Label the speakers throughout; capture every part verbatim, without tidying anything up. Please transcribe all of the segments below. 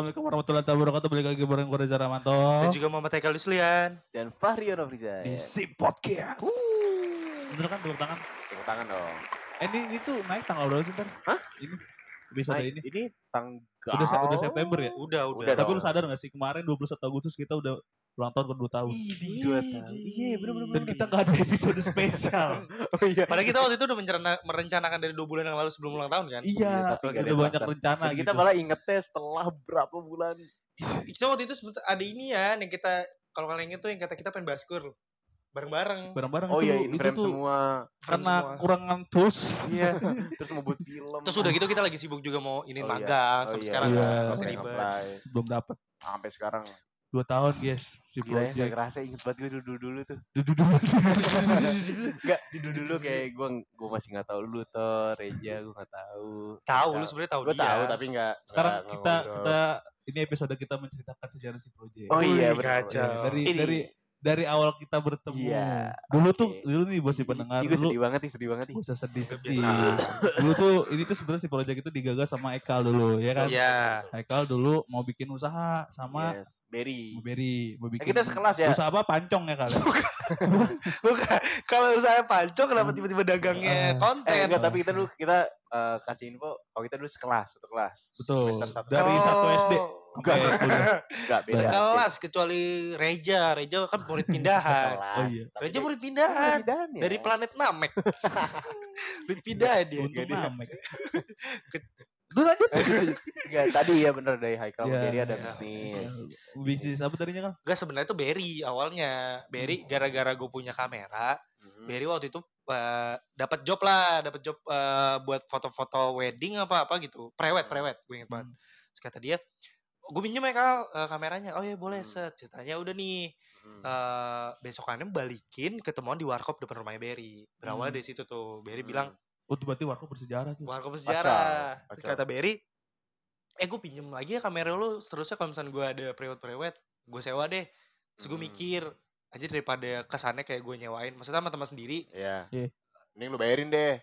Speaker 1: Assalamualaikum warahmatullahi wabarakatuh. Balik lagi bareng gue Reza Ramanto.
Speaker 2: Dan juga Muhammad Haikal Luslian.
Speaker 3: Dan Fahri Onofriza.
Speaker 1: Di Si Podcast. Bener kan tepuk tangan?
Speaker 3: Tepuk tangan dong.
Speaker 1: Eh ini, ini tuh naik tanggal berapa sih ntar?
Speaker 3: Hah?
Speaker 1: Ini episode
Speaker 3: Nah,
Speaker 1: ini.
Speaker 3: Ini tanggal.
Speaker 1: Udah, udah September ya?
Speaker 2: Udah, udah.
Speaker 3: Udah
Speaker 1: Tapi
Speaker 3: dong.
Speaker 1: lu sadar gak sih kemarin dua puluh satu Agustus kita udah ulang tahun ke dua tahun.
Speaker 3: Ih, dua tahun. Iya, bener-bener.
Speaker 1: Dan kita gak ada episode spesial.
Speaker 3: Oh iya.
Speaker 2: Padahal kita waktu itu udah merencana- merencanakan dari dua bulan yang lalu sebelum ulang tahun kan.
Speaker 1: Iya,
Speaker 3: tapi nggak ada
Speaker 1: udah banyak
Speaker 3: pembahasan.
Speaker 1: rencana
Speaker 3: Dan
Speaker 1: gitu.
Speaker 3: kita malah ingetnya setelah berapa bulan.
Speaker 2: Kita waktu itu sebet- ada ini ya yang kita kalau kalian inget tuh yang kata kita pengen baskur bareng-bareng.
Speaker 1: Bareng-bareng
Speaker 3: Oh
Speaker 1: itu,
Speaker 3: iya,
Speaker 1: itu
Speaker 3: frame
Speaker 1: tuh
Speaker 3: semua.
Speaker 1: karena
Speaker 2: semua.
Speaker 1: kurang ngantus.
Speaker 3: Iya. Terus mau buat film.
Speaker 2: Terus udah gitu kita lagi sibuk juga mau ini
Speaker 3: Oh iya.
Speaker 2: magang
Speaker 3: Oh
Speaker 2: sampai
Speaker 3: iya.
Speaker 2: sekarang
Speaker 1: Iya.
Speaker 2: kan masih
Speaker 3: Sampai
Speaker 2: ribet.
Speaker 3: nge-apply.
Speaker 1: Belum dapet
Speaker 3: Sampai sekarang.
Speaker 1: dua tahun guys. Si
Speaker 3: Gila ya, gak
Speaker 1: project.
Speaker 3: kerasa inget banget gue dulu-dulu tuh.
Speaker 1: Duduk dulu.
Speaker 3: Enggak, dulu kayak gue gue masih nggak tahu lu Thor, Reja gue nggak tahu.
Speaker 2: Tahu lu sebenarnya tahu
Speaker 3: Gue
Speaker 2: dia.
Speaker 3: tahu tapi nggak.
Speaker 1: Sekarang
Speaker 3: nggak
Speaker 1: kita
Speaker 3: ngobrol.
Speaker 1: kita ini episode kita menceritakan sejarah si project.
Speaker 3: Oh iya,
Speaker 2: Wih,
Speaker 3: benar.
Speaker 2: kacau.
Speaker 1: Dari
Speaker 3: Ini.
Speaker 1: dari dari awal kita bertemu.
Speaker 3: Iya,
Speaker 1: Dulu tuh
Speaker 3: oke.
Speaker 1: dulu nih bos si pendengar
Speaker 3: Ih, gue
Speaker 1: dulu.
Speaker 3: sedih banget nih, sedih banget nih.
Speaker 1: Gak usah sedih
Speaker 2: Udah
Speaker 1: sedih.
Speaker 2: biasa.
Speaker 1: Dulu tuh ini tuh sebenarnya si project itu digagas sama Ekal dulu ya kan.
Speaker 2: Iya.
Speaker 1: Ekal dulu mau bikin usaha sama
Speaker 3: Yes, Berry.
Speaker 1: mau Berry, mau
Speaker 3: Eh,
Speaker 1: bikin.
Speaker 3: kita sekelas ya.
Speaker 1: Usaha apa? Pancong ya kali.
Speaker 2: Bukan. Kalau saya pancong kenapa tiba-tiba dagangnya
Speaker 1: Ah.
Speaker 2: konten?
Speaker 3: Eh enggak, tapi kita dulu kita eh, kasih info kalau kita dulu sekelas, satu kelas.
Speaker 1: Betul.
Speaker 3: Semester satu.
Speaker 1: Dari satu S D.
Speaker 3: Enggak,
Speaker 1: sampai kuliah.
Speaker 3: enggak beda.
Speaker 2: Sekelas kecuali Reja. Reja kan murid pindahan.
Speaker 3: Sekelas.
Speaker 1: Oh iya.
Speaker 3: Tapi
Speaker 2: Reja
Speaker 3: dia-
Speaker 2: murid pindahan.
Speaker 3: pindahan ya.
Speaker 2: Dari planet Namek. Murid pindahan dia.
Speaker 1: Untung
Speaker 3: Jadi-
Speaker 1: namek. Dulu lanjut.
Speaker 3: Enggak, tadi ya bener dari Haikal
Speaker 1: Iya.
Speaker 3: Berry ada
Speaker 2: Iya.
Speaker 3: bisnis.
Speaker 1: Bisnis apa tadinya kan?
Speaker 2: Enggak, sebenarnya itu Berry awalnya. Berry gara-gara gue punya kamera.
Speaker 3: Hmm.
Speaker 2: Berry waktu itu uh, dapat job lah, dapat job uh, buat foto-foto wedding apa apa gitu. Prewed, prewed, gue inget banget. Terus kata dia, gue pinjem ya Kal uh, kameranya. Oh ya boleh,
Speaker 3: Hmm.
Speaker 2: set. Ceritanya udah nih.
Speaker 3: Hmm.
Speaker 2: Uh, besokannya balikin ketemuan di warkop depan rumahnya Berry. Berawal
Speaker 1: Hmm.
Speaker 2: dari situ tuh. Berry
Speaker 3: Hmm.
Speaker 2: bilang,
Speaker 1: Oh tuh berarti warkop bersejarah tuh.
Speaker 2: warkop sejarah.
Speaker 3: Kacau,
Speaker 2: Terus
Speaker 3: kacau.
Speaker 2: kata Berry, eh gue pinjem lagi ya kamera lu. Seterusnya kalau misalnya gue ada prewed-prewed, gue sewa deh. Terus gue
Speaker 3: Hmm.
Speaker 2: mikir, aja daripada kesannya kayak gue nyewain. Maksudnya sama teman sendiri.
Speaker 3: Iya.
Speaker 1: Iya.
Speaker 3: Mending lu bayarin deh.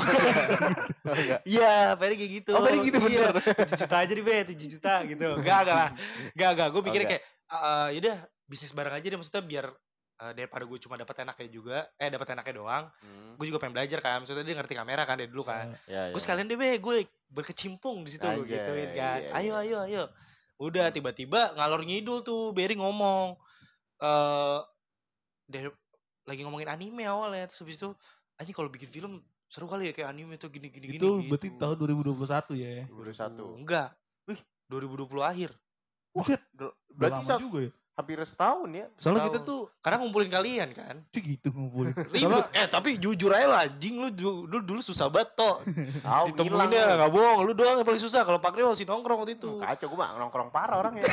Speaker 3: Oh, enggak.
Speaker 2: Iya, Ferry kayak gitu.
Speaker 3: Oh, Ferry gitu,
Speaker 2: iya,
Speaker 3: bener.
Speaker 2: tujuh juta aja nih, Be, tujuh juta gitu. Enggak, enggak lah. Enggak, enggak. Gue mikirnya
Speaker 3: Oh,
Speaker 2: kayak, eh yaudah, bisnis bareng aja deh. Maksudnya biar eh, daripada gue cuma dapat enaknya juga, eh dapat enaknya doang.
Speaker 3: Hmm.
Speaker 2: Gue juga pengen belajar kan. Maksudnya dia ngerti kamera kan dari dulu kan.
Speaker 3: Ya,
Speaker 2: Gue
Speaker 3: ya.
Speaker 2: sekalian deh, Be, gue berkecimpung di situ gue
Speaker 3: Anjay,
Speaker 2: gituin kan.
Speaker 3: iya,
Speaker 2: Ayo,
Speaker 3: iya.
Speaker 2: ayo, ayo. Udah tiba-tiba ngalor ngidul tuh Berry ngomong. Eh dia lagi ngomongin anime awalnya, terus habis itu anjing kalau bikin film seru kali ya kayak anime tuh gini gini
Speaker 1: Itu
Speaker 2: gini.
Speaker 1: berarti
Speaker 2: gitu.
Speaker 1: tahun dua ribu dua puluh satu ya.
Speaker 3: dua ribu satu.
Speaker 2: Enggak. Wih, dua ribu dua puluh akhir.
Speaker 1: Buset,
Speaker 3: Ber-
Speaker 1: udah
Speaker 3: Berarti
Speaker 1: lama
Speaker 3: sa-
Speaker 1: juga ya.
Speaker 3: hampir setahun ya.
Speaker 1: Soalnya
Speaker 2: Setahun.
Speaker 1: kita tuh
Speaker 2: Karena ngumpulin kalian kan.
Speaker 1: cuy gitu ngumpulin.
Speaker 2: Ribet. Eh tapi jujur aja lah anjing lu du- lu dulu susah banget toh.
Speaker 3: Tahu
Speaker 2: Ditemuin
Speaker 3: hilang.
Speaker 2: ya enggak bohong. Lu doang yang paling susah kalau Pak Rio masih nongkrong waktu itu.
Speaker 3: Hmm, Kacau gue mah nongkrong parah orangnya.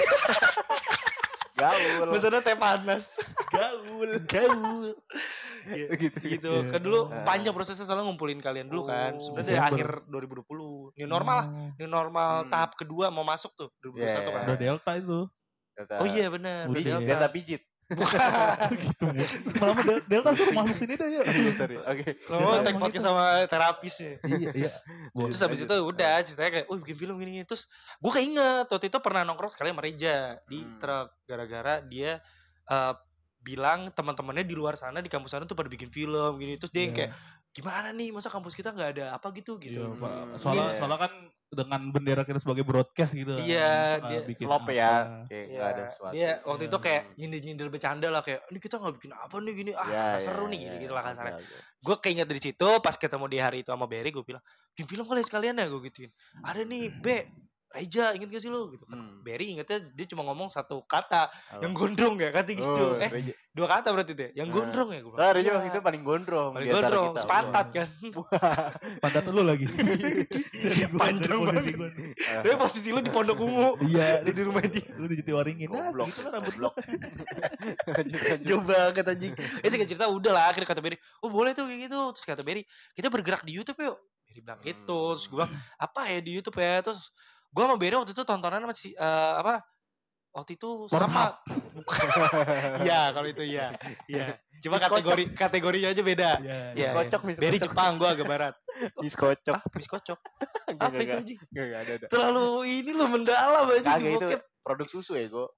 Speaker 3: Gaul.
Speaker 2: Pesannya teh panas.
Speaker 1: Gaul.
Speaker 2: Gaul. Ya,
Speaker 3: Gitu.
Speaker 2: gitu.
Speaker 1: Iya.
Speaker 2: Kan dulu
Speaker 3: Nah.
Speaker 2: panjang prosesnya soalnya ngumpulin kalian dulu kan.
Speaker 3: Oh.
Speaker 2: Sebenarnya dari
Speaker 1: Desember.
Speaker 2: akhir dua ribu dua puluh. New normal lah.
Speaker 1: Oh,
Speaker 2: New normal
Speaker 3: Hmm.
Speaker 2: tahap kedua mau masuk tuh dua ribu dua puluh satu
Speaker 3: Yeah.
Speaker 2: kan.
Speaker 1: udah Delta itu.
Speaker 3: Kata,
Speaker 2: Oh iya benar.
Speaker 1: Udah,
Speaker 2: Udah
Speaker 1: iya.
Speaker 3: Delta pijit.
Speaker 1: gitu. Lama Del- Delta suruh masuk sini deh ya.
Speaker 3: Sorry. Oke.
Speaker 2: Lo
Speaker 1: Biasa
Speaker 2: tag
Speaker 1: emang
Speaker 2: podcast
Speaker 1: gitu.
Speaker 2: sama terapisnya.
Speaker 1: Iya, iya. Boleh.
Speaker 2: Terus habis itu udah ceritanya kayak, oh bikin film gini, gini. Terus gue keinget waktu itu pernah nongkrong sekali sama Reja di
Speaker 3: Hmm.
Speaker 2: truk gara-gara dia eh, bilang teman-temannya di luar sana di kampus sana tuh pada bikin film gini. Terus dia yang
Speaker 1: Iya.
Speaker 2: kayak gimana nih masa kampus kita nggak ada apa gitu gitu.
Speaker 1: Iya, Pak.
Speaker 3: Hmm.
Speaker 1: Soalnya,
Speaker 3: Iya.
Speaker 1: soalnya kan dengan bendera kita sebagai broadcast gitu. kan.
Speaker 2: Iya,
Speaker 1: Masa nggak
Speaker 2: dia-
Speaker 1: bikin
Speaker 3: Flop
Speaker 1: apa.
Speaker 3: ya. Kayak
Speaker 2: Iya,
Speaker 3: enggak ada sesuatu.
Speaker 2: dia waktu itu kayak
Speaker 3: Hmm.
Speaker 2: nyindir-nyindir bercanda lah kayak ini kita nggak bikin apa nih gini ah
Speaker 3: Iya,
Speaker 2: nggak seru
Speaker 3: iya,
Speaker 2: nih
Speaker 3: iya,
Speaker 2: gini gitu lah kasarnya.
Speaker 3: oke, oke.
Speaker 2: Gue keinget dari situ pas ketemu di hari itu sama Berry gue bilang bikin film kali sekalian ya gue gituin. Ada nih B Reja inget gak sih lo gitu kan.
Speaker 3: Hmm.
Speaker 2: Berry ingetnya dia cuma ngomong satu kata
Speaker 3: Apa?
Speaker 2: yang gondrong ya kata gitu.
Speaker 3: Oh,
Speaker 2: eh
Speaker 3: Reja.
Speaker 2: dua kata berarti deh yang
Speaker 3: Nah.
Speaker 2: gondrong ya gue
Speaker 3: Soalnya Reja
Speaker 2: Iya.
Speaker 3: waktu itu paling gondrong.
Speaker 2: paling
Speaker 3: di antara
Speaker 2: gondrong
Speaker 3: kita.
Speaker 2: sepantat kan.
Speaker 1: Pantat lu lagi. Dari gua,
Speaker 2: Panjang
Speaker 1: dari posisi
Speaker 2: banget.
Speaker 1: gua nih.
Speaker 3: Eh,
Speaker 2: Tapi posisi lu di Pondok Ungu.
Speaker 1: Iya,
Speaker 2: Di di rumah dia.
Speaker 1: lu dijetiwaringin. Nah,
Speaker 3: Goblok.
Speaker 1: gitu kan rambut lu.
Speaker 3: Goblok. Lanjut, lanjut.
Speaker 2: Coba kata anjing. Eh singkat cerita udah lah akhirnya kata Berry, "Oh, boleh tuh kayak gitu." Terus kata Berry, "Kita bergerak di YouTube yuk." Berry bilang gitu. Terus gue bilang, "Apa ya di YouTube ya?" Terus gue sama Berry waktu itu tontonan masih eh, apa? Waktu itu sama. Bukan. Iya, kalau itu iya. Iya. Cuma
Speaker 3: Miss
Speaker 2: kategori kategorinya aja beda.
Speaker 1: Iya.
Speaker 2: Iya.
Speaker 3: Kocok, Miss
Speaker 2: Berry
Speaker 3: Kocok.
Speaker 2: Jepang, gue agak barat.
Speaker 3: Diskocok.
Speaker 2: Bis kocok.
Speaker 3: Enggak,
Speaker 2: Apa itu
Speaker 3: enggak,
Speaker 2: anjing?
Speaker 3: enggak, enggak ada, ada.
Speaker 2: Terlalu ini lo mendalam aja di
Speaker 3: Kagak itu
Speaker 2: bokep.
Speaker 3: produk susu ya, Go.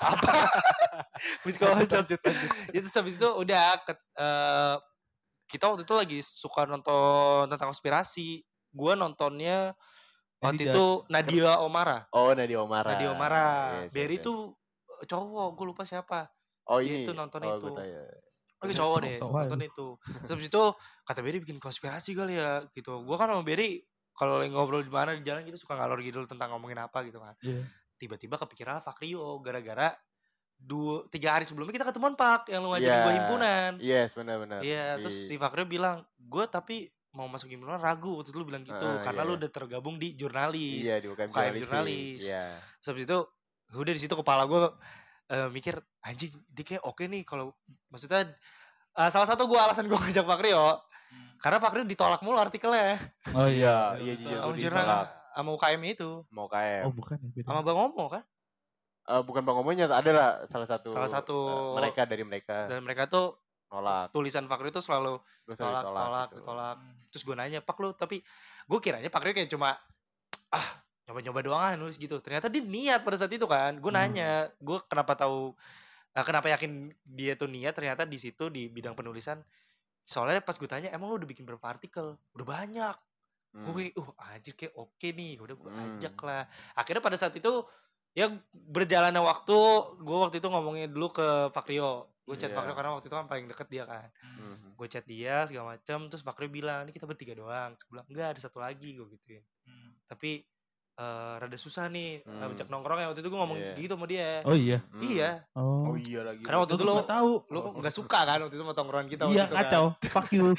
Speaker 2: Bis kocok.
Speaker 3: Lanjut, lanjut.
Speaker 2: Itu habis itu udah ke, uh, kita waktu itu lagi suka nonton tentang konspirasi. Gua nontonnya waktu
Speaker 1: Eddie
Speaker 2: itu
Speaker 1: Judge.
Speaker 2: Nadia Omara.
Speaker 3: Oh, Nadia Omara.
Speaker 2: Nadia Omara.
Speaker 3: Yes,
Speaker 2: Berry
Speaker 3: yes, yes.
Speaker 2: tuh cowok, gue lupa siapa.
Speaker 3: Oh,
Speaker 2: Dia
Speaker 3: ini.
Speaker 2: itu nonton
Speaker 3: oh,
Speaker 2: itu.
Speaker 3: gua tahu ya.
Speaker 2: Oke cowok deh,
Speaker 1: Tahu aja.
Speaker 2: nonton itu. Terus habis itu kata Berry bikin konspirasi kali ya gitu. Gue kan sama Berry kalau lagi ngobrol di mana di jalan gitu suka ngalor gitu tentang ngomongin apa gitu kan.
Speaker 1: Iya.
Speaker 2: Tiba-tiba kepikiran Fakrio gara-gara dua tiga hari sebelumnya kita ketemuan Pak yang lu ngajakin
Speaker 3: Iya.
Speaker 2: gue himpunan.
Speaker 3: Yes, benar-benar.
Speaker 2: Iya,
Speaker 3: Di-
Speaker 2: terus si Fakrio bilang, gue tapi mau masuk himpunan ragu waktu itu lu bilang gitu
Speaker 3: Ah,
Speaker 2: karena
Speaker 3: iya,
Speaker 2: lu
Speaker 3: iya.
Speaker 2: udah tergabung di jurnalis.
Speaker 3: Iya, di U K M
Speaker 2: U K M
Speaker 3: jurnalis.
Speaker 2: jurnalis.
Speaker 3: Iya.
Speaker 2: Terus habis itu udah di situ kepala gue uh, mikir anjing dia kayak oke nih kalau maksudnya uh, salah satu gue alasan gue ngajak Fakrio karena Fakrio ditolak mulu artikelnya
Speaker 1: Oh
Speaker 3: Iya,
Speaker 1: iya.
Speaker 3: iya, jujur.
Speaker 2: sama
Speaker 3: Gua
Speaker 2: jurnal
Speaker 3: ditolak.
Speaker 2: sama U K M itu
Speaker 3: Mau K M.
Speaker 1: Oh bukan ya beda.
Speaker 2: sama Bang Omo kan
Speaker 3: Eh, bukan Bang Omonya, ada lah salah satu.
Speaker 2: Salah satu.
Speaker 3: eh, mereka dari mereka
Speaker 2: dan mereka tuh
Speaker 3: nolak.
Speaker 2: tulisan Fakrio itu selalu
Speaker 3: Gua selalu
Speaker 2: tolak tolak
Speaker 3: gitu.
Speaker 2: tolak terus gue nanya Pak lu tapi gue kiranya Fakrio kayak cuma ah nyoba-nyoba doang ah nulis gitu ternyata dia niat pada saat itu kan gue
Speaker 1: Hmm.
Speaker 2: nanya gue kenapa tahu uh, kenapa yakin dia tuh niat ternyata di situ di bidang penulisan soalnya pas gue tanya emang lu udah bikin berapa artikel udah banyak
Speaker 3: Hmm.
Speaker 2: gue uh anjir kayak oke nih udah gue
Speaker 3: Hmm.
Speaker 2: ajak lah akhirnya pada saat itu ya berjalannya waktu gue waktu itu ngomongin dulu ke Fakrio gue chat
Speaker 3: Iya.
Speaker 2: Fakrio karena waktu itu kan paling deket dia kan
Speaker 3: Mhm.
Speaker 2: gue chat dia segala macam terus Fakrio bilang ini kita bertiga doang terus gue bilang enggak ada satu lagi gue gituin tapi eh, rada susah nih
Speaker 3: Hmm.
Speaker 2: ajak nongkrong ya waktu itu gue ngomong
Speaker 3: Iya.
Speaker 2: gitu sama dia
Speaker 1: Oh iya.
Speaker 3: Hmm.
Speaker 2: iya
Speaker 1: Oh.
Speaker 3: Oh iya lagi.
Speaker 2: Karena waktu
Speaker 1: Lu
Speaker 2: itu lo
Speaker 1: nggak tahu.
Speaker 2: lu nggak suka kan waktu itu sama tongkrongan kita waktu
Speaker 1: Iya
Speaker 2: itu kan
Speaker 1: kacau. Fuck you.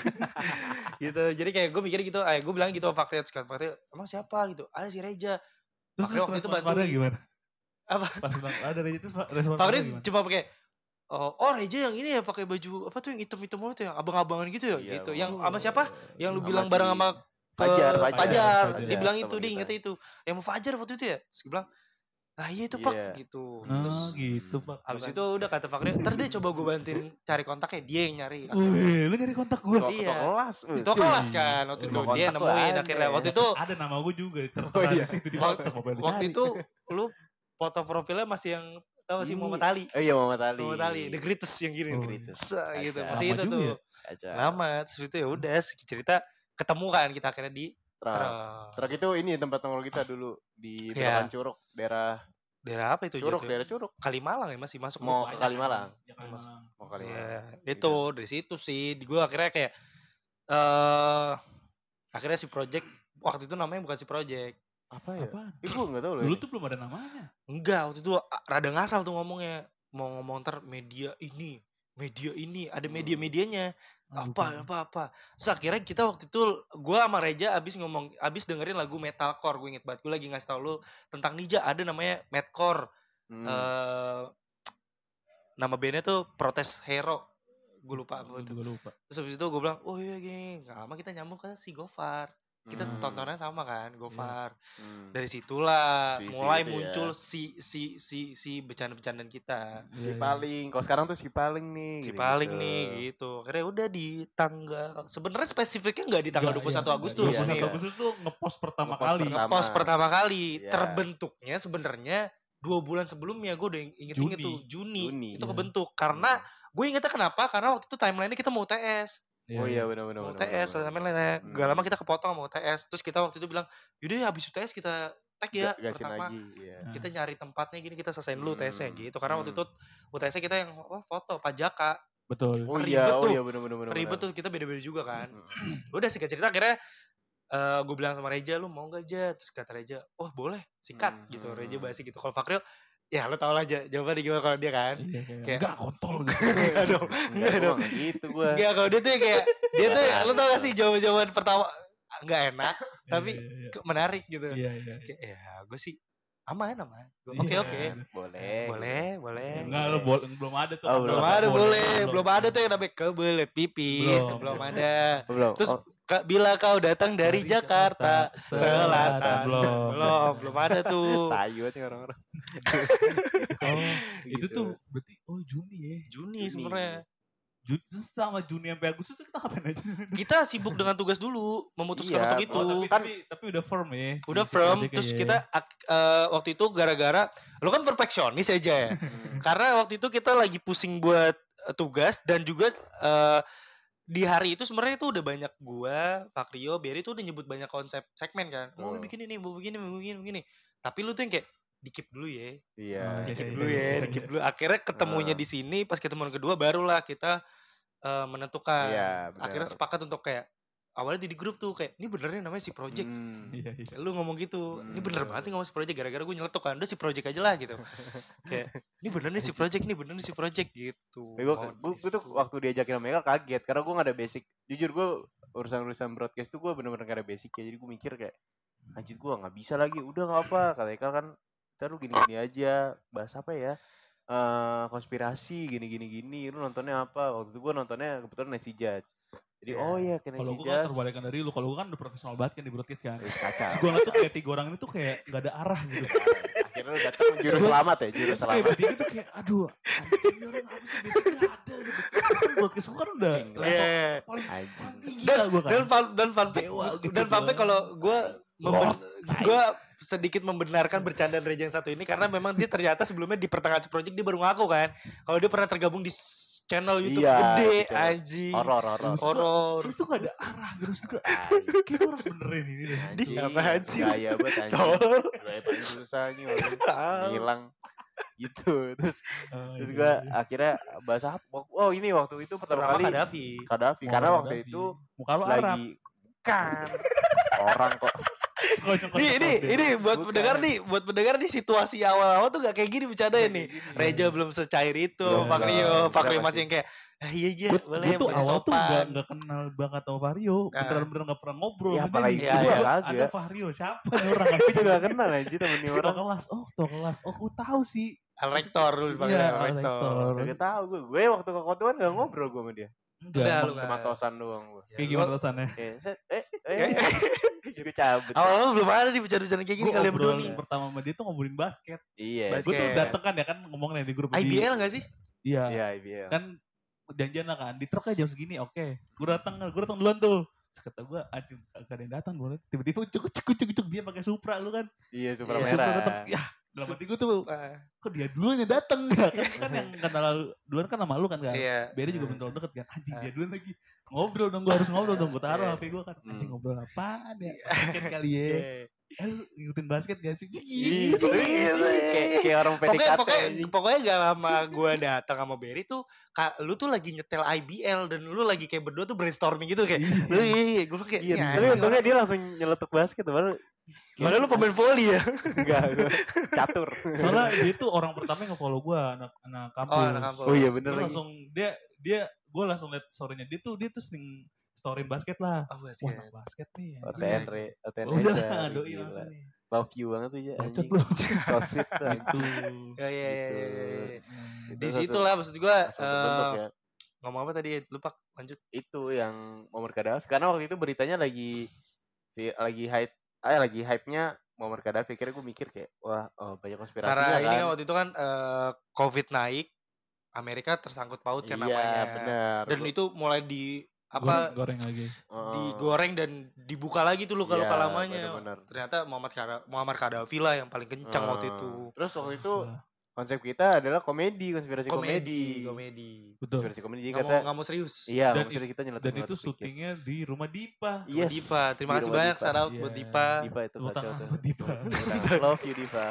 Speaker 2: gitu jadi kayak gue mikir gitu eh gue bilang gitu sama Fakrio terus kata Fakrio emang siapa gitu ada si Reja
Speaker 1: Terus
Speaker 2: Fakrio waktu itu
Speaker 1: respon
Speaker 2: bantuin.
Speaker 1: Farah gimana?
Speaker 2: Apa?
Speaker 1: Pas bilang ada dari itu respon
Speaker 2: Fakrio
Speaker 1: Farah gimana?
Speaker 2: cuma pakai oh, oh Reja yang ini ya pakai baju apa tuh yang hitam-hitam banget ya abang-abangan gitu ya
Speaker 3: Iya,
Speaker 2: gitu
Speaker 3: Bang.
Speaker 2: yang sama siapa yang lu
Speaker 3: Sama
Speaker 2: bilang
Speaker 3: si
Speaker 2: bareng sama ke
Speaker 3: Fajar,
Speaker 2: Fajar,
Speaker 3: Fajar,
Speaker 1: Fajar.
Speaker 2: dia bilang
Speaker 3: teman
Speaker 2: itu dia
Speaker 3: kita.
Speaker 2: ingetnya itu yang mau Fajar waktu itu ya terus gue bilang nah iya itu
Speaker 3: Iya.
Speaker 2: Pak gitu
Speaker 1: Oh
Speaker 2: terus
Speaker 1: gitu Pak.
Speaker 2: habis itu udah kata Fakri ntar deh coba gue bantuin cari kontaknya dia yang nyari
Speaker 1: Wih, lu nyari kontak gue.
Speaker 3: Ketua,
Speaker 2: Iya.
Speaker 3: ketua kelas. wih.
Speaker 2: itu kelas kan waktu itu
Speaker 3: Ketua
Speaker 2: dia
Speaker 3: kontak
Speaker 2: nemuin
Speaker 3: tuh
Speaker 2: akhirnya
Speaker 3: ada.
Speaker 2: waktu itu
Speaker 1: Ada nama gue juga tertera
Speaker 3: Oh, iya.
Speaker 1: di situ di
Speaker 2: Waktu-
Speaker 1: kontak mobil
Speaker 2: waktu itu lu foto profilnya masih yang tau gak sih
Speaker 3: Ini-
Speaker 2: Muhammad Ali
Speaker 3: Oh iya Muhammad Ali.
Speaker 2: Muhammad Ali the greatest yang gini
Speaker 1: Oh,
Speaker 2: greatest gitu
Speaker 3: Kacau.
Speaker 2: masih
Speaker 1: Lama
Speaker 2: itu
Speaker 1: juga
Speaker 2: tuh
Speaker 1: ya?
Speaker 3: Kacau.
Speaker 2: lama terus itu ya udah cerita ketemu kan kita akhirnya di
Speaker 3: Truk.
Speaker 2: Truk.
Speaker 3: Truk itu ini tempat nongkrong kita dulu di
Speaker 2: Iya.
Speaker 3: Belokan Curug, daerah
Speaker 2: daerah apa itu
Speaker 3: Curug,
Speaker 2: jatuhnya?
Speaker 3: daerah Curug.
Speaker 2: Kalimalang ya masih masuk
Speaker 3: Mau
Speaker 2: lupa.
Speaker 3: ke Kalimalang.
Speaker 1: Ya, Kalimalang.
Speaker 3: Mau Kalimalang.
Speaker 2: Iya, itu dari situ sih gue akhirnya kayak eh akhirnya si project waktu itu namanya bukan si project
Speaker 3: Apa ya?
Speaker 1: Apaan?
Speaker 3: Ih, gua enggak tahu loh.
Speaker 1: Dulu
Speaker 3: ini.
Speaker 1: tuh belum ada namanya.
Speaker 2: enggak waktu itu ah, rada ngasal tuh ngomongnya mau ngomong ntar media ini media ini ada media-medianya
Speaker 1: Ah,
Speaker 2: apa
Speaker 1: lupa.
Speaker 2: apa apa terus akhirnya kita waktu itu gue sama Reja abis ngomong abis dengerin lagu metalcore gue inget banget gue lagi ngasih tau lu tentang Nija ada namanya Madcore
Speaker 3: Hmm.
Speaker 2: eh nama bandnya tuh Protes Hero gue lupa apa
Speaker 1: Gue
Speaker 2: itu
Speaker 1: juga lupa.
Speaker 2: terus habis itu gue bilang oh iya gini nggak lama kita nyambung ke si Gofar kita
Speaker 3: Hmm.
Speaker 2: tontonnya sama kan Gofar
Speaker 3: Hmm.
Speaker 2: dari situlah
Speaker 3: Si- si
Speaker 2: mulai
Speaker 3: itu ya.
Speaker 2: muncul si si si si bercanda-bercandaan kita
Speaker 3: si
Speaker 1: Iya, iya.
Speaker 3: paling. Kalau sekarang tuh si paling nih.
Speaker 2: si
Speaker 3: gitu-gitu.
Speaker 2: paling nih gitu akhirnya udah di tanggal sebenarnya spesifiknya nggak di tanggal
Speaker 1: Nggak,
Speaker 2: dua puluh satu
Speaker 1: iya,
Speaker 2: Agustus
Speaker 3: iya,
Speaker 1: dua puluh satu
Speaker 2: nih
Speaker 3: iya.
Speaker 1: Agustus tuh ngepost pertama
Speaker 3: Ngepost
Speaker 1: kali.
Speaker 3: pertama.
Speaker 2: ngepost pertama kali
Speaker 3: Iya.
Speaker 2: terbentuknya sebenarnya dua bulan sebelumnya gue udah inget-inget
Speaker 1: Juni.
Speaker 2: tuh Juni,
Speaker 3: Juni,
Speaker 2: itu
Speaker 1: iya.
Speaker 2: kebentuk karena gue ingetnya kenapa karena waktu itu timelinenya kita mau U T S
Speaker 3: Oh iya benar-benar.
Speaker 2: mau U T S timelinenya
Speaker 3: Hmm.
Speaker 2: gak lama kita kepotong sama U T S terus kita waktu itu bilang yaudah ya habis U T S kita tag ya
Speaker 3: Gasin
Speaker 2: pertama
Speaker 3: lagi. Iya.
Speaker 1: Nah.
Speaker 2: kita nyari tempatnya gini kita selesaiin dulu U T S-nya
Speaker 3: Hmm.
Speaker 2: gitu karena waktu
Speaker 3: Hmm.
Speaker 2: itu U T S-nya kita yang oh, foto pajaka
Speaker 1: Betul.
Speaker 3: Oh
Speaker 2: Ribet
Speaker 3: iya, oh
Speaker 2: tuh.
Speaker 3: iya benar-benar.
Speaker 2: ribet tuh kita beda-beda juga kan
Speaker 3: Hmm.
Speaker 2: udah singkat cerita akhirnya eh gue bilang sama Reja lu mau gak aja terus kata Reja oh boleh sikat
Speaker 3: Hmm.
Speaker 2: gitu Reja bahas gitu kalau Fakril ya lu tau lah aja jawabannya gimana kalau dia kan
Speaker 1: Iya, kayak,
Speaker 2: Kayak-
Speaker 1: enggak kontol gitu.
Speaker 2: enggak dong
Speaker 3: Enggak
Speaker 2: enggak dong
Speaker 3: dong. Gitu gua.
Speaker 2: enggak kalau dia tuh kayak dia tuh lu tau gak sih jawaban-jawaban pertama nggak enak tapi
Speaker 1: Iya, iya,
Speaker 2: ke- menarik gitu
Speaker 1: iya, iya.
Speaker 2: kayak ya gue sih aman aman
Speaker 1: Iya.
Speaker 2: oke oke
Speaker 3: Boleh.
Speaker 2: boleh boleh
Speaker 1: Enggak lu bol- belum ada tuh.
Speaker 3: Oh,
Speaker 2: belum
Speaker 3: belum
Speaker 2: ada
Speaker 1: Boleh,
Speaker 2: boleh belum ada tuh yang namanya kebelet pipis
Speaker 1: Belum.
Speaker 2: belum ada
Speaker 3: Belum.
Speaker 2: terus
Speaker 3: Oh,
Speaker 2: Ka- bila kau datang dari,
Speaker 1: Dari
Speaker 2: Jakarta,
Speaker 1: Jakarta
Speaker 2: Selatan
Speaker 1: Belum.
Speaker 2: belum belum ada tuh
Speaker 3: tayu aja orang-orang.
Speaker 1: Oh, itu
Speaker 3: Gitu.
Speaker 1: tuh berarti oh Juni ya.
Speaker 2: Juni
Speaker 3: Juni.
Speaker 2: sebenarnya
Speaker 1: Ju- terus sama Juni sampai Agustus tuh kita ngapain aja?
Speaker 2: Kita sibuk dengan tugas dulu, memutuskan
Speaker 3: Iya,
Speaker 2: untuk
Speaker 3: oh,
Speaker 2: itu.
Speaker 1: Oh, tapi,
Speaker 3: kan-
Speaker 1: tapi, tapi udah firm ya. si-
Speaker 2: Udah
Speaker 1: si
Speaker 2: firm,
Speaker 1: project-nya
Speaker 2: terus
Speaker 1: ya.
Speaker 2: kita ak- eh, waktu itu gara-gara lo kan perfeksionis aja ya.
Speaker 3: Hmm.
Speaker 2: Karena waktu itu kita lagi pusing buat eh, tugas dan juga eh, di hari itu sebenarnya itu udah banyak gua, Fakrio, Berry tuh udah nyebut banyak konsep segmen kan. Mau
Speaker 3: Oh.
Speaker 2: bikin ini, mau begini, mau begini, begini. Tapi lu tuh yang kayak dikip dulu ya,
Speaker 3: Iya.
Speaker 1: Oh, iya,
Speaker 2: dikip
Speaker 1: iya,
Speaker 2: dulu
Speaker 1: iya,
Speaker 2: ya,
Speaker 1: iya,
Speaker 2: dikip
Speaker 1: iya.
Speaker 2: dulu. Akhirnya ketemunya
Speaker 3: Ah.
Speaker 2: di sini, pas ketemuan kedua barulah kita eh, menentukan.
Speaker 3: Iya, benar.
Speaker 2: Akhirnya sepakat untuk kayak awalnya di grup tuh kayak ini benernya namanya si project.
Speaker 3: Hmm.
Speaker 1: Iya, iya.
Speaker 2: Kayak lu ngomong gitu, ini
Speaker 3: Hmm,
Speaker 2: bener
Speaker 3: bener.
Speaker 2: banget nih ngomong si project, gara-gara gue nyeletuk kan, udah si project aja lah gitu. Kayak ini bener nih si project, ini bener nih si project gitu.
Speaker 3: Tapi gue,
Speaker 2: Mau
Speaker 3: gue,
Speaker 2: di
Speaker 3: gue tuh
Speaker 2: situ.
Speaker 3: waktu diajakin sama Mega kaget karena gue gak ada basic. Jujur gue urusan-urusan broadcast tuh gue bener-bener gak ada basic ya. Jadi gue mikir kayak anjir gue gak bisa lagi. Udah gak apa. Kata Eka kan kita lu gini-gini aja. Bahas apa ya? Eh konspirasi gini-gini gini. Lu nontonnya apa? Waktu itu gue nontonnya kebetulan Nancy Judge. Jadi
Speaker 2: Iya.
Speaker 3: oh iya kayak
Speaker 1: Kalau
Speaker 3: Nancy
Speaker 1: gue kan
Speaker 3: Judge.
Speaker 1: terbalikan dari lu. Kalau gue kan udah profesional banget kan di broadcast kan.
Speaker 3: Wih,
Speaker 1: Terus
Speaker 3: kacau.
Speaker 1: gue ngeliat tuh kayak tiga orang ini tuh kayak gak ada arah gitu.
Speaker 3: Akhirnya lu datang juru selamat ya, juru
Speaker 1: Terus kayak
Speaker 3: selamat.
Speaker 1: bertiga tuh kayak aduh anjing ini orang apa sih basicnya ada gitu. Kan broadcast gue kan udah
Speaker 3: Anjing,
Speaker 1: level
Speaker 2: Iya.
Speaker 1: paling
Speaker 3: Anjing.
Speaker 1: paling tinggi
Speaker 2: Dan
Speaker 1: lah gue kan.
Speaker 2: dan fun dan fun fact
Speaker 1: Dewa gitu
Speaker 2: dan fun fact
Speaker 1: gua.
Speaker 2: kalau gue memben,
Speaker 1: Lord.
Speaker 2: gue sedikit membenarkan bercandaan Reja yang satu ini karena memang dia ternyata sebelumnya di pertengahan si project dia baru ngaku kan kalau dia pernah tergabung di s- channel YouTube
Speaker 3: Iya,
Speaker 2: gede
Speaker 3: di channel
Speaker 2: anjing
Speaker 3: Horor, horor.
Speaker 1: Terus gua,
Speaker 2: horor.
Speaker 1: itu gak ada arah terus juga
Speaker 3: Tai.
Speaker 1: kayak gue harus benerin ini deh.
Speaker 2: Di apaan sih?
Speaker 3: Gaya banget anjing.
Speaker 2: Tolol.
Speaker 3: Gaya paling susah nih orang
Speaker 2: Tahu.
Speaker 3: ngilang gitu. Terus
Speaker 1: Oh,
Speaker 3: terus
Speaker 1: iya,
Speaker 3: gua
Speaker 1: iya.
Speaker 3: akhirnya bahas apa? Oh ini waktu itu pertama
Speaker 2: Pertama
Speaker 3: kali
Speaker 2: Kadafi.
Speaker 3: Kadafi
Speaker 1: Mau
Speaker 3: karena
Speaker 1: ada
Speaker 3: waktu
Speaker 1: Davi.
Speaker 3: itu
Speaker 1: muka lu Arab.
Speaker 3: lagi kan orang kok
Speaker 2: Ini ini ini buat
Speaker 3: Bukan.
Speaker 2: pendengar nih, buat pendengar nih situasi awal-awal tuh gak kayak gini bercandanya nih. Reja belum secair itu,
Speaker 3: Belum,
Speaker 2: Fakrio,
Speaker 3: belum.
Speaker 2: Fakrio
Speaker 3: Kita
Speaker 2: masih yang kayak ah iya aja,
Speaker 1: Gue
Speaker 2: boleh
Speaker 1: tuh
Speaker 2: masih
Speaker 1: awal tuh gak,
Speaker 2: sopan.
Speaker 1: gak kenal banget sama Vario.
Speaker 2: Ah.
Speaker 1: Beneran-bener gak pernah ngobrol
Speaker 3: Ya,
Speaker 1: sama
Speaker 3: apalagi
Speaker 1: dia.
Speaker 2: Iya,
Speaker 1: Gua
Speaker 2: iya.
Speaker 1: ada
Speaker 3: kagak.
Speaker 1: Vario, siapa nih orang?
Speaker 3: gue juga gak kenal aja temen nih
Speaker 1: Ketua
Speaker 3: orang.
Speaker 1: kelas, oh ketua kelas, oh gue tahu sih.
Speaker 2: Al rektor dulu dipanggil
Speaker 1: Iya,
Speaker 2: Al rektor.
Speaker 1: rektor.
Speaker 3: Gak tau gue. Gue waktu ke Kotuan gak ngobrol gue sama dia.
Speaker 1: Enggak,
Speaker 2: Udah,
Speaker 1: emang
Speaker 2: lu
Speaker 3: Cuma
Speaker 2: kan.
Speaker 3: tosan doang gue.
Speaker 2: Ya,
Speaker 1: kayak
Speaker 2: lu-
Speaker 1: gimana terusannya?
Speaker 3: Kayak set, eh eh gue cabut.
Speaker 2: Awal-awal belum ada di bercanda-bercanda kayak gini
Speaker 1: Gue
Speaker 2: kalian berdua
Speaker 1: ngobrol
Speaker 2: nih.
Speaker 1: pertama sama dia tuh ngobrolin basket.
Speaker 3: Iya.
Speaker 2: Basket.
Speaker 1: Gue tuh dateng kan ya kan ngomongnya di grup.
Speaker 2: I B L
Speaker 1: di-
Speaker 2: gak sih?
Speaker 1: Iya.
Speaker 3: Iya I B L.
Speaker 1: Kan janjian lah kan di truk aja jam segini oke gue datang gue datang duluan tuh. Terus kata gue aduh gak ada yang datang gue tiba-tiba ucuk ucuk ucuk ucuk dia pakai Supra lu kan.
Speaker 3: Iya Supra
Speaker 2: Iya,
Speaker 1: Supra
Speaker 3: merah.
Speaker 1: datang ya dalam hati gue tuh
Speaker 2: Ah,
Speaker 1: kok dia duluan yang datang kan, kan yang kenal duluan kan sama lu kan kan.
Speaker 2: Iya.
Speaker 1: Beda juga bentrol deket kan anjing
Speaker 2: Ah.
Speaker 1: dia duluan lagi ngobrol dong gue harus ngobrol dong gue taruh
Speaker 2: Iya.
Speaker 1: H P gue kan anjing
Speaker 3: Hmm.
Speaker 1: ngobrol apaan ya basket kali ya
Speaker 2: Iya.
Speaker 1: eh lu ngikutin basket gak sih
Speaker 3: Iya,
Speaker 1: gitu
Speaker 3: kayak kayak orang P D K T.
Speaker 2: Pokoknya pokoknya
Speaker 3: anjing.
Speaker 2: pokoknya gak lama gue datang sama Berry tuh ka, lu tuh lagi nyetel I B L dan lu lagi kayak berdua tuh brainstorming gitu kayak lu iya iya gue kayak
Speaker 3: Iya,
Speaker 2: "Ya,
Speaker 3: tapi
Speaker 2: anjing,
Speaker 3: untungnya
Speaker 2: orang-
Speaker 3: dia langsung nyeletuk basket baru
Speaker 2: Padahal lu pemain volley ya.
Speaker 3: enggak gue catur.
Speaker 1: soalnya dia tuh orang pertama yang nge-follow gue anak anak kampus
Speaker 2: Oh, anak kampus.
Speaker 3: Oh iya
Speaker 1: Gue
Speaker 3: bener lagi.
Speaker 1: langsung dia dia gue langsung liat storynya dia tuh dia tuh sering story basket lah
Speaker 2: Oh,
Speaker 1: wah
Speaker 2: basket.
Speaker 1: anak basket nih
Speaker 3: O T
Speaker 1: anjing.
Speaker 3: N re, O T N
Speaker 1: udah
Speaker 3: aja.
Speaker 1: doi
Speaker 3: Gila.
Speaker 1: langsung nih
Speaker 3: Love you banget tuh ya.
Speaker 1: bacot
Speaker 3: anjing.
Speaker 1: lu
Speaker 3: So sweet tuh.
Speaker 1: itu
Speaker 2: Ya ya ya.
Speaker 3: Gitu.
Speaker 2: ya, ya.
Speaker 1: Hmm.
Speaker 2: Di
Speaker 3: Itu
Speaker 2: situ
Speaker 3: satu-
Speaker 2: lah maksud gue
Speaker 3: langsung terbentuk ya.
Speaker 2: ngomong apa tadi lupa lanjut.
Speaker 3: Itu yang Muammar Gaddafi karena waktu itu beritanya lagi di- lagi hype eh lagi hype-nya Muammar Gaddafi. Kira gue mikir kayak wah oh, banyak konspirasinya
Speaker 2: Karena ini kan
Speaker 3: kan.
Speaker 2: waktu itu kan eh, COVID naik, Amerika tersangkut paut kan
Speaker 3: Iya
Speaker 2: namanya.
Speaker 3: benar.
Speaker 2: Dan
Speaker 3: Lu-
Speaker 2: itu mulai di
Speaker 1: goreng,
Speaker 2: apa
Speaker 1: goreng lagi
Speaker 3: oh,
Speaker 2: digoreng dan dibuka lagi tuh luka-luka
Speaker 3: iya,
Speaker 2: lamanya.
Speaker 3: benar-benar.
Speaker 2: Ternyata Muhammad Kada- Muammar Gaddafi lah yang paling kencang
Speaker 3: Ah.
Speaker 2: waktu itu.
Speaker 3: Terus waktu itu
Speaker 1: Wah,
Speaker 3: konsep kita adalah komedi, konspirasi komedi.
Speaker 2: Komedi, komedi.
Speaker 1: betul
Speaker 3: Konspirasi komedi jadi
Speaker 2: Nggak
Speaker 3: kata
Speaker 2: mau nggak mau serius.
Speaker 3: iya,
Speaker 1: Dan
Speaker 3: maksudnya kita nyeletuk
Speaker 1: dan itu
Speaker 3: nyeletuk dikit.
Speaker 1: syutingnya di rumah Dipa
Speaker 3: Yes,
Speaker 2: Buat Dipa, terima
Speaker 3: di
Speaker 2: kasih
Speaker 3: rumah
Speaker 2: banyak
Speaker 3: Dipa.
Speaker 2: shout out buat
Speaker 1: Iya.
Speaker 2: Dipa.
Speaker 3: Dipa itu
Speaker 1: Tepuk
Speaker 3: kacau
Speaker 1: tangan
Speaker 3: tuh.
Speaker 1: buat Dipa.
Speaker 3: Tepuk tangan. Love you Dipa.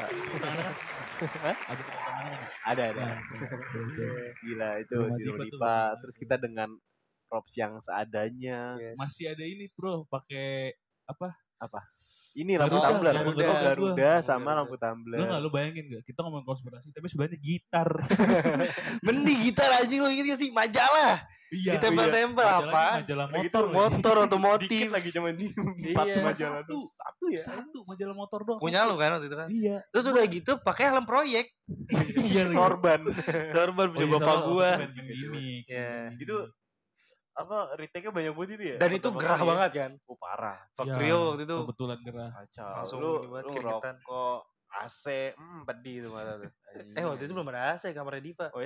Speaker 1: ada tepuk tangannya kan?
Speaker 3: Ada ada.
Speaker 1: Nah, oke, oke.
Speaker 3: Gila itu
Speaker 1: Rumah
Speaker 3: di rumah
Speaker 1: Dipa tuh
Speaker 3: Dipa.
Speaker 1: bagus
Speaker 3: Terus
Speaker 1: banget
Speaker 3: kita dengan props yang seadanya.
Speaker 2: Yes.
Speaker 1: masih ada ini bro pakai apa
Speaker 3: Ini lampu
Speaker 1: Garuda,
Speaker 3: tumbler,
Speaker 2: Garuda.
Speaker 3: Garuda, Garuda
Speaker 2: Lampu
Speaker 3: sama
Speaker 2: Garuda.
Speaker 3: lampu tumbler.
Speaker 1: lu nggak lu bayangin gak kita ngomong konspirasi tapi sebenarnya gitar
Speaker 2: Mending gitar anjing lo inget gak sih majalah.
Speaker 1: iya
Speaker 2: Ditempel-tempel
Speaker 1: Majalahnya
Speaker 2: apa?
Speaker 1: majalah
Speaker 3: Lagi
Speaker 1: motor
Speaker 3: tuh
Speaker 1: lagi.
Speaker 2: Motor
Speaker 3: Dikit
Speaker 2: otomotif.
Speaker 3: lagi cuman di
Speaker 2: Iya.
Speaker 3: empat
Speaker 2: Cuma
Speaker 3: majalah
Speaker 1: satu.
Speaker 3: tuh. Satu ya.
Speaker 1: satu majalah motor doang
Speaker 2: Punya
Speaker 1: satu.
Speaker 2: lu kan waktu itu kan.
Speaker 1: iya
Speaker 2: Terus udah gitu pakai helm proyek.
Speaker 1: iya lagi.
Speaker 3: Sorban.
Speaker 2: Sorban punya
Speaker 1: Oh, iya,
Speaker 2: bapak
Speaker 1: soalnya
Speaker 2: gua.
Speaker 1: waktu itu main gimmick,
Speaker 2: Iya.
Speaker 1: main
Speaker 3: Itu apa retake-nya banyak banget itu ya?
Speaker 2: Dan itu
Speaker 3: Pertama
Speaker 2: gerah
Speaker 3: kali ya.
Speaker 2: banget kan.
Speaker 3: Oh parah.
Speaker 2: Fakrio
Speaker 1: Iya,
Speaker 2: waktu itu.
Speaker 1: kebetulan gerah
Speaker 3: Kacau.
Speaker 2: Langsung
Speaker 3: lu
Speaker 2: ini banget,
Speaker 3: lu
Speaker 2: keringetan.
Speaker 3: rokok A C, hmm pedih tuh mata tuh.
Speaker 2: Eh waktu itu belum ada A C kamarnya Diva.
Speaker 3: Oh ya?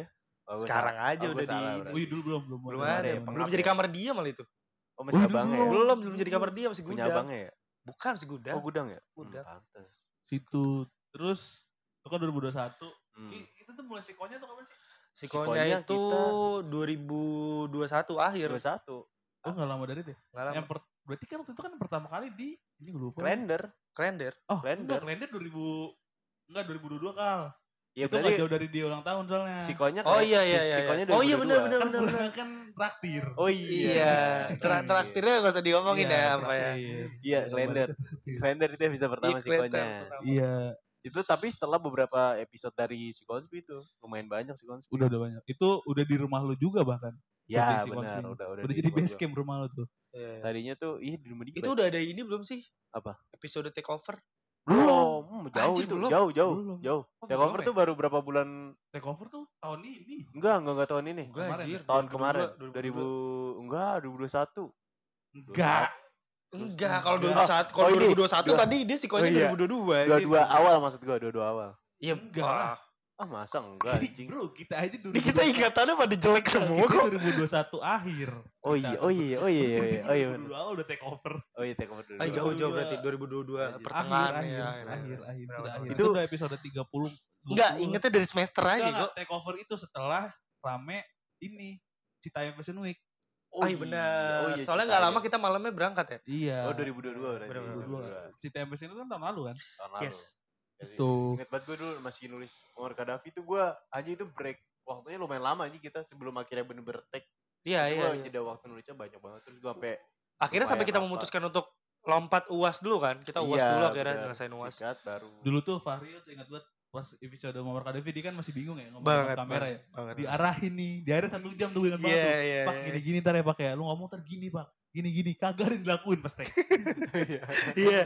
Speaker 3: Oh, gua
Speaker 2: Sekarang
Speaker 3: salah.
Speaker 2: aja
Speaker 3: Oh, gua
Speaker 2: udah di
Speaker 3: salah
Speaker 2: ini.
Speaker 3: berarti.
Speaker 1: Oh iya dulu belum belum
Speaker 2: Belum
Speaker 3: belum ada
Speaker 2: ada,
Speaker 3: ya,
Speaker 2: belum
Speaker 3: pengap
Speaker 2: jadi
Speaker 3: ya?
Speaker 2: kamar dia malah itu.
Speaker 3: Oh, masih
Speaker 1: Oh,
Speaker 3: abangnya ya?
Speaker 1: belum.
Speaker 2: Belum, belum jadi kamar dia, masih
Speaker 3: Punya
Speaker 2: gudang.
Speaker 3: abangnya ya?
Speaker 2: Bukan masih gudang.
Speaker 3: Oh, gudang ya?
Speaker 2: Gudang.
Speaker 3: Hmm, pantes.
Speaker 1: Situ terus itu kan dua ribu dua puluh satu.
Speaker 3: Hmm.
Speaker 1: I- Itu tuh mulai sikonya tuh kapan sih?
Speaker 2: Sikonya
Speaker 3: Sikonya
Speaker 2: itu
Speaker 3: kita-
Speaker 2: dua ribu dua puluh satu akhir.
Speaker 3: dua puluh satu.
Speaker 1: Oh enggak lama dari itu. ya?
Speaker 2: Nggak lama.
Speaker 1: Yang per- berarti kan waktu itu kan pertama kali di ini gue lupa.
Speaker 3: Kalender.
Speaker 2: Kalender.
Speaker 1: Oh,
Speaker 3: Kalender.
Speaker 1: enggak, kalender dua ribu enggak dua ribu dua puluh dua kal.
Speaker 3: Ya
Speaker 1: itu nggak
Speaker 3: berarti
Speaker 1: jauh dari dia ulang tahun soalnya.
Speaker 3: sikonya
Speaker 2: Oh
Speaker 3: kayak-
Speaker 2: iya iya iya.
Speaker 3: Sikonya
Speaker 2: Oh iya
Speaker 3: dua ribu dua puluh
Speaker 2: benar
Speaker 3: dua.
Speaker 2: benar
Speaker 1: kan
Speaker 2: benar benar.
Speaker 1: bulan kan traktir.
Speaker 3: Oh iya.
Speaker 2: Iya, Tra-
Speaker 3: Iya.
Speaker 2: traktirnya gak usah diomongin
Speaker 1: Iya,
Speaker 2: ya apa ya.
Speaker 1: traktir.
Speaker 3: Iya, kalender. Kalender itu episode pertama
Speaker 2: Iya, kalender
Speaker 3: sikonya.
Speaker 2: pertama.
Speaker 1: Iya,
Speaker 3: Itu tapi setelah beberapa episode dari si Konspi itu lumayan banyak si Konspi.
Speaker 1: udah udah banyak. Itu udah di rumah lu juga bahkan.
Speaker 3: Ya
Speaker 1: si
Speaker 3: benar,
Speaker 1: Konspi.
Speaker 3: udah udah.
Speaker 1: Udah
Speaker 3: di
Speaker 1: jadi
Speaker 3: rumah
Speaker 1: base
Speaker 3: gua.
Speaker 1: camp rumah lu tuh.
Speaker 2: Iya.
Speaker 3: Tadinya tuh ih di rumah dia.
Speaker 2: Itu udah ada ini belum sih?
Speaker 3: Apa?
Speaker 2: Episode takeover.
Speaker 3: Belum, hmm, jauh
Speaker 2: Anjir,
Speaker 3: itu,
Speaker 2: belum?
Speaker 3: jauh jauh
Speaker 1: Belum.
Speaker 3: jauh.
Speaker 2: Oh,
Speaker 3: Takeover
Speaker 2: belum
Speaker 3: tuh baru berapa bulan?
Speaker 1: Takeover tuh tahun ini.
Speaker 3: Enggak, enggak enggak tahun ini.
Speaker 2: Enggak
Speaker 1: Kemarin,
Speaker 2: anjir.
Speaker 3: Tahun
Speaker 2: dua ribu dua puluh
Speaker 3: kemarin.
Speaker 2: dua,
Speaker 3: dua ribu enggak, dua ribu dua puluh satu.
Speaker 1: Enggak.
Speaker 2: Enggak, kalau
Speaker 1: Enggak.
Speaker 2: dua ribu dua puluh satu, kalau
Speaker 3: Oh, ini.
Speaker 2: dua ribu dua puluh satu
Speaker 3: Dua-
Speaker 2: tadi dia sikonya
Speaker 3: Oh, iya.
Speaker 2: dua ribu dua puluh dua.
Speaker 3: dua
Speaker 2: Itu
Speaker 3: dua
Speaker 2: dua-
Speaker 3: awal maksud gua, dua dua awal.
Speaker 2: Iya,
Speaker 1: Enggak
Speaker 2: wah.
Speaker 1: lah.
Speaker 3: Ah, masa enggak anjing?
Speaker 1: Bro, kita aja dulu.
Speaker 2: Ini kita ingatannya pada jelek semua kok.
Speaker 1: dua ribu dua puluh satu akhir.
Speaker 3: Oh iya, oh iya, oh iya, oh iya, oh iya.
Speaker 1: dua ribu dua puluh dua awal udah take over.
Speaker 3: Oh iya, takeover dulu.
Speaker 2: Ah, jauh-jauh
Speaker 1: dua.
Speaker 2: berarti dua ribu dua puluh dua
Speaker 3: Anjir.
Speaker 2: pertengahan
Speaker 1: akhir,
Speaker 2: ya.
Speaker 1: akhir, akhir, akhir,
Speaker 2: Benar,
Speaker 1: sudah
Speaker 2: benar,
Speaker 1: akhir.
Speaker 3: benar.
Speaker 1: Itu udah episode tiga puluh.
Speaker 2: Enggak, ingetnya dari semester aja
Speaker 1: Enggak,
Speaker 2: kok.
Speaker 1: take over itu setelah rame ini Citayam Fashion Week.
Speaker 3: Oh
Speaker 2: Ah, iya benar.
Speaker 3: oh iya,
Speaker 2: Soalnya
Speaker 3: Cita
Speaker 2: nggak
Speaker 3: ya.
Speaker 2: lama kita malamnya berangkat ya.
Speaker 1: Iya.
Speaker 3: Oh dua ribu dua puluh dua berarti.
Speaker 2: Bener, bener,
Speaker 3: dua ribu dua puluh dua.
Speaker 1: Citayam Fashion itu kan tahun lalu kan?
Speaker 3: Tahun lalu.
Speaker 2: Yes.
Speaker 3: Jadi,
Speaker 1: Itu.
Speaker 3: Ingat banget gue dulu masih nulis Omar Kadafi tuh gue aja itu break waktunya lumayan lama aja kita sebelum akhirnya bener-bener take.
Speaker 2: Iya,
Speaker 3: Itu
Speaker 2: iya.
Speaker 3: gua
Speaker 2: iya.
Speaker 3: jeda waktu nulisnya banyak banget terus gue sampai
Speaker 2: Akhirnya sampai kita
Speaker 3: lumayan apa.
Speaker 2: memutuskan untuk lompat U A S dulu kan. Kita U A S
Speaker 3: Iya,
Speaker 2: dulu akhirnya
Speaker 3: bener.
Speaker 2: ngerasain U A S.
Speaker 3: Sikat baru.
Speaker 1: Dulu tuh Fahri tuh ingat banget pas episode Muammar Kadafi dia kan masih bingung ya ngomong
Speaker 2: Banget,
Speaker 1: depan kamera
Speaker 2: Mas.
Speaker 1: ya.
Speaker 2: Banget.
Speaker 1: Diarahin nih, diarahin satu jam tuh gue ingat banget
Speaker 2: Iya,
Speaker 1: tuh.
Speaker 2: iya.
Speaker 1: Pak
Speaker 2: iya.
Speaker 1: gini-gini ntar ya Pak ya. Lu ngomong ntar gini Pak. Gini-gini kagak ada yang dilakuin pas take.
Speaker 2: Iya. Iya.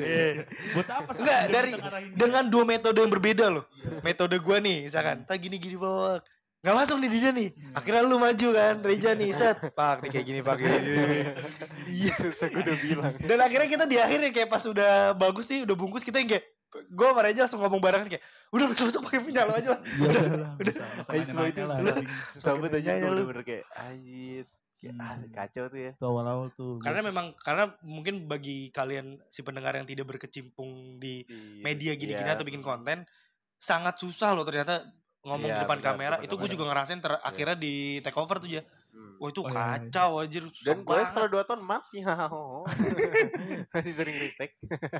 Speaker 1: Buat apa sih?
Speaker 2: Enggak,
Speaker 1: Dia
Speaker 2: dari
Speaker 1: bisa ngarahin dia?
Speaker 2: dengan dua metode yang berbeda loh.
Speaker 1: Iya.
Speaker 2: Metode gua nih, misalkan, tak gini-gini bawa. Nggak masuk nih dia nih. Akhirnya lu maju kan, Reja nih, set. Pak, nih kayak gini, Pak. Kayak gini. Iya.
Speaker 3: Susah gue udah bilang.
Speaker 2: Dan akhirnya kita di akhir ya kayak pas udah bagus nih, udah bungkus kita yang kayak gue sama Reja langsung ngomong barengan kayak udah langsung masuk pakai punya lo aja lah.
Speaker 1: Iya udah lah.
Speaker 2: udah.
Speaker 1: Masa masa
Speaker 3: Ayo, semua
Speaker 1: nanya-nanya
Speaker 3: itu
Speaker 1: lah.
Speaker 3: susah.
Speaker 1: anjing.
Speaker 3: Susah banget aja
Speaker 2: Nyanyi
Speaker 3: gue
Speaker 2: lu.
Speaker 3: bener-bener kayak anjir. Kayak ah,
Speaker 1: Hmm.
Speaker 3: kacau tuh ya.
Speaker 1: Itu awal-awal tuh.
Speaker 2: Karena memang karena mungkin bagi kalian si pendengar yang tidak berkecimpung di
Speaker 3: Di-
Speaker 2: media gini-gini
Speaker 3: iya.
Speaker 2: atau bikin konten sangat susah loh ternyata ngomong
Speaker 3: Iya,
Speaker 2: di depan
Speaker 3: benar,
Speaker 2: kamera.
Speaker 3: depan
Speaker 2: Itu gue
Speaker 3: kamera.
Speaker 2: juga ngerasain ter akhirnya di take over tuh ya.
Speaker 3: Hmm.
Speaker 2: Wah itu
Speaker 1: Oh, iya, iya.
Speaker 2: kacau anjir susah
Speaker 3: Dan gue
Speaker 2: banget.
Speaker 3: setelah dua tahun masih masih sering retake.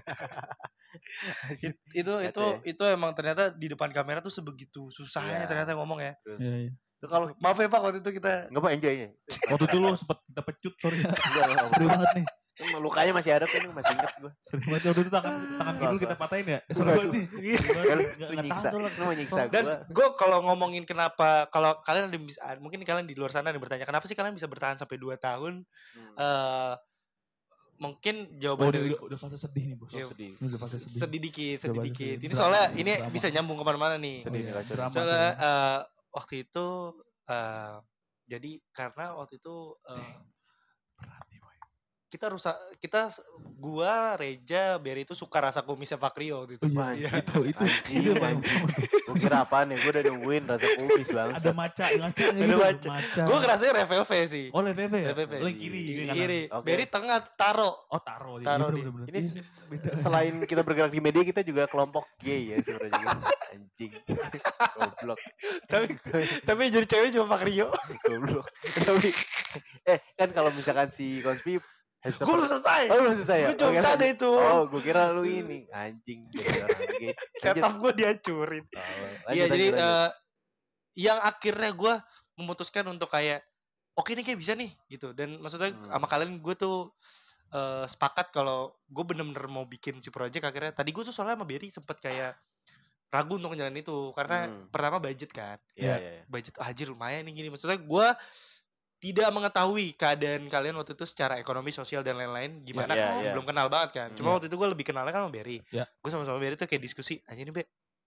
Speaker 2: It- itu
Speaker 3: Kacau
Speaker 2: itu
Speaker 3: ya.
Speaker 2: itu emang ternyata di depan kamera tuh sebegitu susahnya
Speaker 3: Iya.
Speaker 2: ternyata ngomong ya.
Speaker 3: Terus
Speaker 1: Iya, iya.
Speaker 3: itu kalau
Speaker 2: Maaf ya Pak waktu itu kita
Speaker 3: nggak apa enjoynya.
Speaker 1: Waktu itu lu sempet kita pecut, sorry ya.
Speaker 3: Enggak, enggak,
Speaker 1: Sering banget nih.
Speaker 3: enggak. Lukanya masih ada kan masih inget gue.
Speaker 1: Sering banget waktu itu tangan tangan kidul kita patahin ya. Eh, sorry
Speaker 3: Waduh.
Speaker 1: banget nih.
Speaker 2: Iya.
Speaker 1: Sorry
Speaker 3: Kan
Speaker 1: banget.
Speaker 3: lu
Speaker 1: Nggak- nggak
Speaker 3: nyiksa,
Speaker 1: tahan soalnya.
Speaker 3: lu mau nyiksa
Speaker 2: dan
Speaker 3: gue.
Speaker 2: gue kalau ngomongin kenapa kalau kalian ada yang bisa mungkin kalian di luar sana ada yang bertanya kenapa sih kalian bisa bertahan sampai dua tahun
Speaker 3: Hmm.
Speaker 2: eh mungkin
Speaker 1: Oh,
Speaker 2: jawaban
Speaker 1: udah,
Speaker 2: dari
Speaker 1: udah, udah fase sedih nih bos.
Speaker 2: Iya.
Speaker 3: sedih.
Speaker 1: Ini udah fase sedih.
Speaker 2: sedih dikit,
Speaker 1: Udah
Speaker 2: sedih
Speaker 1: fase
Speaker 2: dikit.
Speaker 1: sedih.
Speaker 2: Ini
Speaker 1: Drama,
Speaker 2: soalnya ini
Speaker 1: drama.
Speaker 2: bisa nyambung kemana-mana nih.
Speaker 3: Sedih
Speaker 1: Oh,
Speaker 3: nih,
Speaker 1: iya.
Speaker 3: kacau.
Speaker 1: Drama
Speaker 2: Soalnya
Speaker 1: sih.
Speaker 2: eh, waktu itu eh jadi karena waktu itu eh,
Speaker 1: Berat nih, boy.
Speaker 2: kita rusak kita gua Reja Berry itu suka rasa kumisnya Fakrio waktu itu.
Speaker 1: Oh
Speaker 3: Wah,
Speaker 1: iya,
Speaker 3: iya.
Speaker 1: itu itu.
Speaker 3: Anjing,
Speaker 1: Itu yang paling
Speaker 3: anjing.
Speaker 1: utama tuh.
Speaker 3: Gue kira apaan nih? Gue udah nungguin rasa kumis bang.
Speaker 1: Ada maca, ngaca
Speaker 2: Ada
Speaker 1: gitu.
Speaker 2: maca.
Speaker 1: Maca.
Speaker 2: Gua ngerasanya Revel V sih.
Speaker 1: Oh, Leveve ya?
Speaker 2: Leveve.
Speaker 1: Lo yang kiri,
Speaker 3: Di
Speaker 1: gue
Speaker 2: Di
Speaker 1: kanan.
Speaker 2: kiri.
Speaker 3: Oke.
Speaker 2: Berry tengah taro.
Speaker 1: Oh, taro. Iya,
Speaker 2: Taro
Speaker 1: bener,
Speaker 2: di-
Speaker 1: bener, bener.
Speaker 3: Ini
Speaker 1: Iya, beda.
Speaker 3: Selain kita bergerak di media, kita juga kelompok gay ya sebenarnya. Anjing. Goblok.
Speaker 2: Tapi tapi yang jadi cewek cuma Fakrio.
Speaker 3: Goblok. Tapi eh kan kalau misalkan si Konspi Hamster-
Speaker 2: Gue belum selesai.
Speaker 3: Oh belum selesai ya?
Speaker 2: Gue cuma
Speaker 3: Oh, kira-
Speaker 2: bercanda itu.
Speaker 3: Oh gue kira lu ini anjing jadi orang gay. Lanjut.
Speaker 2: Setup gue dihancurin.
Speaker 3: Oh, lanjut,
Speaker 2: Iya jadi
Speaker 3: lanjut, lanjut.
Speaker 2: eh, yang akhirnya gue memutuskan untuk kayak oke nih kayak bisa nih gitu. Dan maksudnya
Speaker 3: Hmm.
Speaker 2: sama kalian gue tuh eh, sepakat kalau gue bener-bener mau bikin si project akhirnya. Tadi gue tuh soalnya sama Berry sempet kayak ragu untuk ngejalanin itu karena
Speaker 3: Hmm.
Speaker 2: pertama budget kan.
Speaker 3: Iya iya. iya.
Speaker 2: Budget oh, anjir lumayan nih gini. Maksudnya gue tidak mengetahui keadaan kalian waktu itu secara ekonomi, sosial dan lain-lain gimana
Speaker 3: Iya,
Speaker 2: kan
Speaker 3: iya.
Speaker 2: belum kenal banget kan. Cuma
Speaker 1: Iya.
Speaker 2: waktu itu gue lebih kenalnya kan sama Berry.
Speaker 1: Iya.
Speaker 2: Gue sama-sama Berry tuh kayak diskusi, anjir nih Be,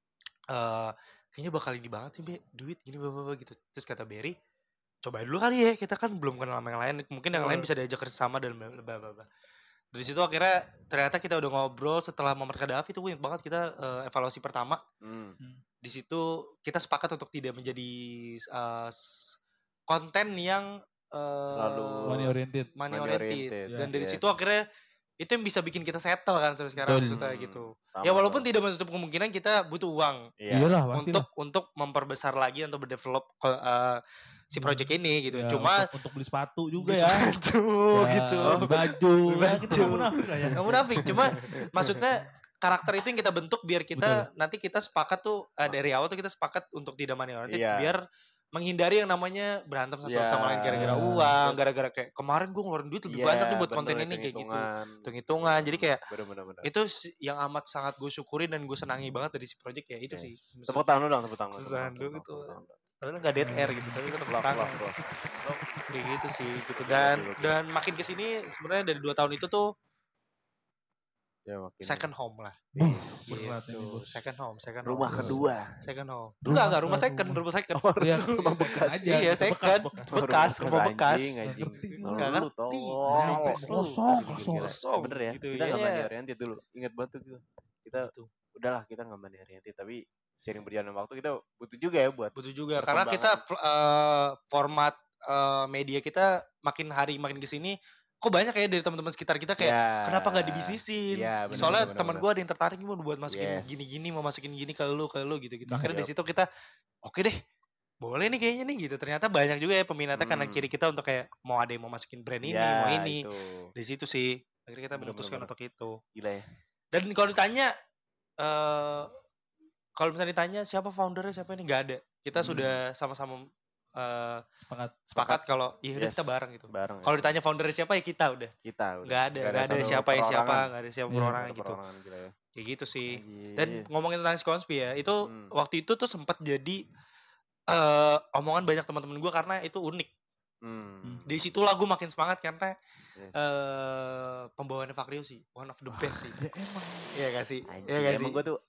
Speaker 2: eh kayaknya bakal ini banget nih Be, duit gini bapak gitu. Terus kata Berry, coba dulu kali ya, kita kan belum kenal sama yang lain, mungkin yang lain
Speaker 3: Hmm.
Speaker 2: bisa diajak kerjasama dan bla bla bla bla. Dari situ akhirnya ternyata kita udah ngobrol setelah Muammar Kadafi itu gue ingat banget kita eh, evaluasi pertama
Speaker 3: Hmm.
Speaker 2: di situ kita sepakat untuk tidak menjadi uh, konten yang uh,
Speaker 3: Selalu
Speaker 1: money oriented.
Speaker 2: money
Speaker 3: money
Speaker 2: oriented.
Speaker 3: oriented,
Speaker 2: Dan dari
Speaker 3: yes.
Speaker 2: situ akhirnya itu yang bisa bikin kita settle kan sampai sekarang
Speaker 1: Betul.
Speaker 2: maksudnya
Speaker 3: Hmm,
Speaker 2: gitu.
Speaker 3: sama
Speaker 2: Ya walaupun
Speaker 3: tuh.
Speaker 2: tidak menutup kemungkinan kita butuh uang
Speaker 3: Iya.
Speaker 1: Iyalah pasti
Speaker 2: untuk
Speaker 1: lah.
Speaker 2: untuk memperbesar lagi untuk berdevelop uh, si project ini gitu.
Speaker 1: Ya,
Speaker 2: Cuma
Speaker 1: untuk, untuk beli sepatu juga
Speaker 2: beli
Speaker 1: ya.
Speaker 2: sepatu
Speaker 1: Ya,
Speaker 2: gitu.
Speaker 1: beli baju.
Speaker 2: Beli
Speaker 1: Ya, kita
Speaker 2: baju.
Speaker 1: nggak munafik lah ya.
Speaker 2: Nggak munafik, cuma maksudnya karakter itu yang kita bentuk biar kita
Speaker 1: Betul.
Speaker 2: nanti kita sepakat tuh uh, dari awal tuh kita sepakat untuk tidak money oriented
Speaker 3: Iya.
Speaker 2: biar menghindari yang namanya berantem satu
Speaker 3: Iya.
Speaker 2: sama lain gara-gara
Speaker 1: Iya.
Speaker 2: uang,
Speaker 3: Terus-
Speaker 2: gara-gara kayak kemarin gue ngeluarin duit lebih
Speaker 3: Iya,
Speaker 2: banyak nih buat
Speaker 3: bener,
Speaker 2: konten ini kayak gitu.
Speaker 3: hitung-hitungan.
Speaker 2: Hitung-hitungan. Jadi kayak
Speaker 3: Bener-bener. bener.
Speaker 2: itu si- yang amat sangat gue syukuri dan gue senangi banget dari si project ya itu
Speaker 3: Yes.
Speaker 2: sih.
Speaker 3: Tepuk tangan lu dong, tepuk tangan.
Speaker 2: Tepuk
Speaker 3: tepuk
Speaker 2: tangan
Speaker 3: tepuk
Speaker 2: dulu
Speaker 3: tepuk
Speaker 2: itu.
Speaker 3: tangan.
Speaker 2: Padahal nggak dead air gitu, tapi tetap
Speaker 3: Love,
Speaker 2: tangan.
Speaker 3: love, love.
Speaker 2: Kayak gitu sih gitu. Dan
Speaker 3: Gokil, gokil.
Speaker 2: dan makin kesini sebenarnya dari dua tahun itu tuh
Speaker 3: Ya, makin
Speaker 2: second home lah.
Speaker 1: Buh,
Speaker 2: Gitu.
Speaker 1: berat ini, Bos.
Speaker 2: Second home, second
Speaker 3: rumah
Speaker 2: home.
Speaker 3: kedua.
Speaker 2: Second home.
Speaker 1: Rumah
Speaker 2: Enggak, enggak, rumah
Speaker 1: kedua.
Speaker 2: second, rumah second.
Speaker 3: Oh,
Speaker 1: Iya,
Speaker 3: rumah
Speaker 1: iya,
Speaker 3: bekas.
Speaker 1: aja.
Speaker 2: Iya,
Speaker 1: Bekas,
Speaker 2: second.
Speaker 1: bekas.
Speaker 2: Bekas, rumah bekas.
Speaker 3: Anjing, anjing.
Speaker 1: Ngerti.
Speaker 2: Nggak
Speaker 3: Dulu,
Speaker 2: ngerti.
Speaker 3: tolong.
Speaker 2: Sampai slow.
Speaker 1: Kosong,
Speaker 3: Gila,
Speaker 1: kosong.
Speaker 3: gila.
Speaker 2: Kosong,
Speaker 3: Bener ya,
Speaker 2: gitu,
Speaker 3: kita nggak
Speaker 2: iya.
Speaker 3: money oriented dulu. Ingat banget tuh gitu. Kita
Speaker 2: Gitu.
Speaker 3: udahlah kita nggak money oriented, tapi sering berjalan waktu kita butuh juga ya buat
Speaker 2: Butuh juga karena kita uh, format uh, media kita makin hari makin kesini kok banyak ya dari teman-teman sekitar kita kayak
Speaker 3: Ya.
Speaker 2: kenapa nggak dibisnisin?
Speaker 3: Ya, bener,
Speaker 2: Soalnya
Speaker 3: bener,
Speaker 2: teman
Speaker 3: bener.
Speaker 2: gue ada yang tertarik mau buat masukin
Speaker 3: Yes.
Speaker 2: gini-gini, mau masukin gini ke lu, ke lu gitu-gitu.
Speaker 1: Hmm,
Speaker 2: Akhirnya
Speaker 3: yep.
Speaker 2: dari situ kita oke deh. Boleh nih kayaknya nih gitu. Ternyata banyak juga ya peminatnya kanan
Speaker 3: Hmm.
Speaker 2: kiri kita untuk kayak mau ada yang mau masukin brand ini,
Speaker 3: Ya,
Speaker 2: mau ini.
Speaker 3: itu.
Speaker 2: Di situ sih akhirnya kita
Speaker 3: Bener,
Speaker 2: memutuskan
Speaker 3: bener,
Speaker 2: untuk itu.
Speaker 3: Gila ya.
Speaker 2: Dan kalau ditanya eh kalau misalnya ditanya siapa foundernya siapa ini nggak ada. Kita
Speaker 3: Hmm.
Speaker 2: sudah sama-sama eh,
Speaker 1: Sepakat.
Speaker 2: sepakat kalau iya udah
Speaker 3: Yes.
Speaker 2: kita bareng gitu.
Speaker 3: Bareng.
Speaker 2: Kalau
Speaker 3: ya.
Speaker 2: ditanya foundernya siapa ya kita udah.
Speaker 3: kita udah.
Speaker 2: Nggak ada, nggak ada
Speaker 3: satu
Speaker 2: siapa yang siapa,
Speaker 3: perorangan.
Speaker 2: nggak ada siapa
Speaker 1: Iya,
Speaker 2: perorangan
Speaker 3: Satu
Speaker 2: gitu.
Speaker 3: perorangan, gila ya.
Speaker 2: Kayak gitu sih.
Speaker 3: Anjir.
Speaker 2: Dan ngomongin tentang si konspi ya, itu
Speaker 3: Hmm.
Speaker 2: waktu itu tuh sempat jadi eh omongan banyak teman-teman gue karena itu unik.
Speaker 3: Hmm.
Speaker 2: Di situlah gue makin semangat karena
Speaker 3: Yes.
Speaker 2: eh pembawaannya Fakrio sih one of the best sih.
Speaker 1: Ya emang.
Speaker 2: Iya gak sih?
Speaker 3: Anjing,
Speaker 2: Iya gak sih?
Speaker 3: emang gue tuh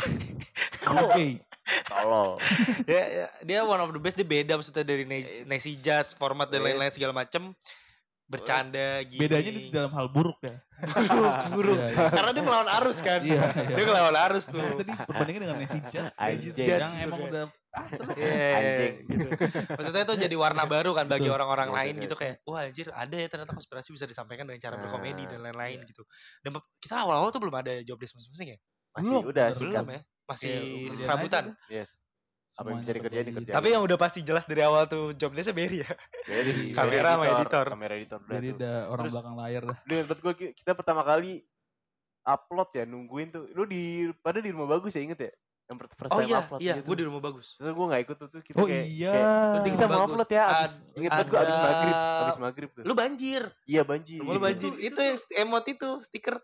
Speaker 1: Oke.
Speaker 3: tolol.
Speaker 2: dia, dia- dia one of the best, dia beda maksudnya dari Nancy, Nancy Judge, format dan
Speaker 3: It's-
Speaker 2: lain-lain segala macem. Bercanda gini.
Speaker 1: Bedanya di dalam hal buruk ya.
Speaker 2: buruk, buruk.
Speaker 1: Iya, iya.
Speaker 2: Karena dia melawan arus kan.
Speaker 1: Iya, iya.
Speaker 2: Dia ngelawan arus tuh.
Speaker 1: Nah, tadi perbandingan dengan Messi Jazz.
Speaker 3: Anjing.
Speaker 1: Yang
Speaker 2: gitu
Speaker 1: emang
Speaker 2: kan.
Speaker 1: udah ah, terus.
Speaker 2: Iya,
Speaker 3: Anjing.
Speaker 2: gitu. Maksudnya itu jadi warna baru kan bagi
Speaker 1: Betul.
Speaker 2: orang-orang
Speaker 3: Betul,
Speaker 2: lain
Speaker 3: betul.
Speaker 2: gitu kayak wah anjir ada ya ternyata konspirasi bisa disampaikan dengan cara berkomedi
Speaker 3: Nah,
Speaker 2: dan lain-lain
Speaker 1: iya.
Speaker 2: gitu. Dan pe- kita awal-awal tuh belum ada job desk masing-masing ya?
Speaker 3: Masih
Speaker 1: Belum,
Speaker 3: udah
Speaker 1: bener.
Speaker 3: sih
Speaker 2: Belum
Speaker 3: kan.
Speaker 2: ya? Masih
Speaker 1: Kayak kerjaan
Speaker 2: serabutan.
Speaker 1: aja dah.
Speaker 3: Yes. Apa yang
Speaker 1: Semuanya
Speaker 3: bisa dikerjain
Speaker 1: kerjain.
Speaker 3: dikerjain.
Speaker 2: Tapi yang udah pasti jelas dari awal tuh job desknya Berry ya.
Speaker 3: Jadi
Speaker 2: Kamera sama editor.
Speaker 3: Kamera editor udah
Speaker 1: Jadi
Speaker 3: tuh.
Speaker 1: ada orang
Speaker 3: Terus-
Speaker 1: belakang layar dah.
Speaker 3: Lu inget gue kita pertama kali upload ya nungguin tuh. Lu di pada di rumah bagus ya inget ya? Yang per- first
Speaker 2: Oh
Speaker 3: time
Speaker 2: iya,
Speaker 3: upload
Speaker 2: iya,
Speaker 3: gitu.
Speaker 2: gue di rumah bagus.
Speaker 3: Terus gue gak ikut tuh, tuh kita
Speaker 1: Oh
Speaker 3: kayak,
Speaker 1: iya.
Speaker 3: kayak, "Nanti kita mau
Speaker 2: Bagus.
Speaker 3: upload ya abis,
Speaker 2: Ad-
Speaker 3: inget banget gue abis
Speaker 2: ada-
Speaker 3: maghrib, abis maghrib tuh.
Speaker 2: Lu banjir.
Speaker 3: Iya banjir.
Speaker 2: Rumah lu banjir. Itu yang st- emot itu, stiker.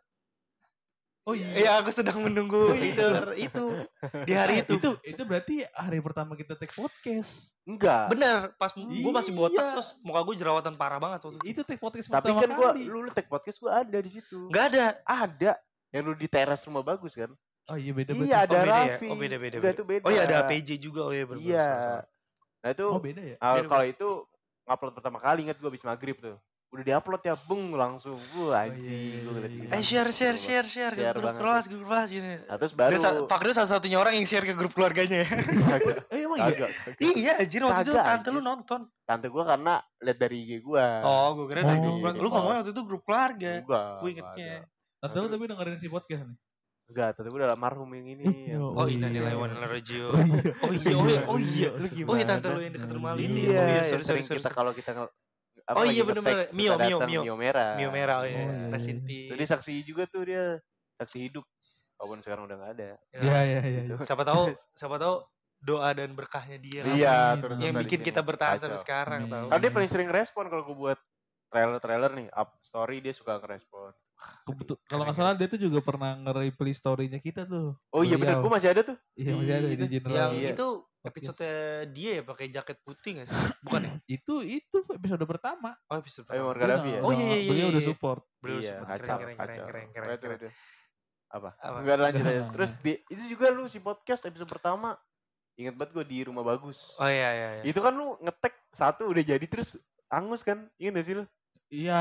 Speaker 1: Oh iya.
Speaker 2: Iya, aku sedang menunggu itu itu di hari itu.
Speaker 1: Itu itu berarti hari pertama kita take podcast.
Speaker 3: Enggak.
Speaker 2: Bener, pas gue masih botak
Speaker 1: Iya.
Speaker 2: terus muka gue jerawatan parah banget waktu itu.
Speaker 1: Itu take podcast
Speaker 3: Tapi
Speaker 1: pertama
Speaker 3: kan gue,
Speaker 1: kali.
Speaker 3: lu, lu take podcast gue ada di situ.
Speaker 2: Gak ada.
Speaker 3: Ada. Yang lu di teras rumah bagus kan?
Speaker 1: Oh iya beda
Speaker 3: Iya
Speaker 1: beda.
Speaker 3: ada
Speaker 2: Oh, beda ya?
Speaker 3: Raffi.
Speaker 2: Oh, beda, beda,
Speaker 3: Udah
Speaker 2: beda.
Speaker 3: itu beda.
Speaker 2: Oh iya ada A P J juga, oh iya bener.
Speaker 3: Iya. Nah itu
Speaker 1: Oh beda ya.
Speaker 3: kalau
Speaker 2: Beda,
Speaker 3: kalau itu ngupload pertama kali inget gue abis maghrib tuh. Udah diupload ya, beng langsung. Wah anjing.
Speaker 1: iya,
Speaker 3: Gua ngeliat
Speaker 1: iya,
Speaker 3: gini.
Speaker 1: iya.
Speaker 2: Eh share share share share ke
Speaker 3: Share
Speaker 2: grup
Speaker 3: banget
Speaker 2: kelas,
Speaker 3: tuh.
Speaker 2: grup kelas gini.
Speaker 3: Nah terus baru.
Speaker 2: Dia sa- Pak Rio salah satunya orang yang share ke grup keluarganya ya.
Speaker 3: Kagak,
Speaker 1: Eh emang iya.
Speaker 3: kagak, kagak.
Speaker 2: Iya, anjir waktu itu
Speaker 3: Kagak,
Speaker 2: tante lu
Speaker 3: anjir.
Speaker 2: nonton.
Speaker 3: Tante gue karena liat dari I G gue.
Speaker 2: Oh, gue kira dari
Speaker 1: Oh,
Speaker 2: grup keluarga. Lu
Speaker 3: iya.
Speaker 2: ngomongnya waktu itu grup keluarga.
Speaker 3: Enggak.
Speaker 2: Gue ingetnya.
Speaker 1: Tante lu tapi dengerin si podcast nih.
Speaker 3: Enggak, tante gue udah almarhum yang ini.
Speaker 1: Eh,
Speaker 3: yang-
Speaker 1: oh,
Speaker 2: Oh,
Speaker 1: iya.
Speaker 2: innalillahi wa inna ilaihi rajiun.
Speaker 1: Oh iya.
Speaker 2: Oh iya, oh iya, oh iya.
Speaker 3: Lu
Speaker 2: Oh iya tante
Speaker 3: gimana?
Speaker 2: lu yang deket rumah lu
Speaker 1: Iya,
Speaker 2: itu.
Speaker 3: Iya,
Speaker 2: ya? Oh iya,
Speaker 3: yang
Speaker 2: sorry sorry
Speaker 3: sering
Speaker 2: sorry.
Speaker 3: kita
Speaker 2: sorry.
Speaker 3: kalau kita nge- apa
Speaker 2: Oh
Speaker 3: lagi
Speaker 2: iya,
Speaker 3: nge-tag,
Speaker 2: bener-bener.
Speaker 3: suka
Speaker 2: Mio, Mio,
Speaker 3: datang
Speaker 2: Mio.
Speaker 3: Mio merah.
Speaker 2: Mio merah oh
Speaker 1: Oh,
Speaker 2: iya.
Speaker 1: iya,
Speaker 2: Rest in
Speaker 1: iya.
Speaker 2: peace.
Speaker 3: Jadi saksi juga tuh dia, saksi hidup. Walaupun sekarang udah gak ada.
Speaker 1: Iya iya iya.
Speaker 3: Gitu.
Speaker 2: Siapa tahu, siapa tahu doa dan berkahnya dia kan
Speaker 3: Iya,
Speaker 1: Amin.
Speaker 3: terus
Speaker 2: yang
Speaker 3: sampai
Speaker 2: bikin
Speaker 3: di
Speaker 2: kita
Speaker 3: sini.
Speaker 2: bertahan
Speaker 3: Kacau.
Speaker 2: sampai sekarang
Speaker 1: Amin.
Speaker 2: tahu.
Speaker 3: Karena dia paling sering respon kalau gue buat trailer-trailer nih, up story dia suka ngerespon.
Speaker 1: Kebetul kalau nggak salah dia tuh juga pernah nge-replay story-nya kita tuh.
Speaker 3: Oh iya bener,
Speaker 1: Beliau.
Speaker 3: gue masih ada tuh.
Speaker 1: Iya masih ada di
Speaker 3: Itu.
Speaker 1: general.
Speaker 2: Yang
Speaker 3: Iya.
Speaker 2: itu
Speaker 1: Podcast.
Speaker 2: episode dia ya pakai jaket putih gak sih? Bukan ya?
Speaker 1: Itu itu episode pertama.
Speaker 2: Oh episode
Speaker 3: Ayo
Speaker 2: pertama.
Speaker 3: Morgan Gaddafi ya?
Speaker 2: Oh, iya, iya, iya,
Speaker 1: Beliau udah
Speaker 2: iya.
Speaker 1: support.
Speaker 2: Beliau
Speaker 3: Iya,
Speaker 2: support.
Speaker 3: kacau,
Speaker 2: Keren, keren, keren,
Speaker 3: kacau.
Speaker 2: keren, keren,
Speaker 3: Keren,
Speaker 2: keren.
Speaker 3: keren. Apa?
Speaker 2: Apa?
Speaker 3: Enggak ada lanjut aja.
Speaker 1: Enggak,
Speaker 3: Terus di, itu juga lu si podcast episode pertama inget banget gue di rumah bagus.
Speaker 2: Oh iya, iya, iya.
Speaker 3: Itu kan lu ngetek satu udah jadi terus angus kan? Ingat gak sih lu?
Speaker 1: Iya.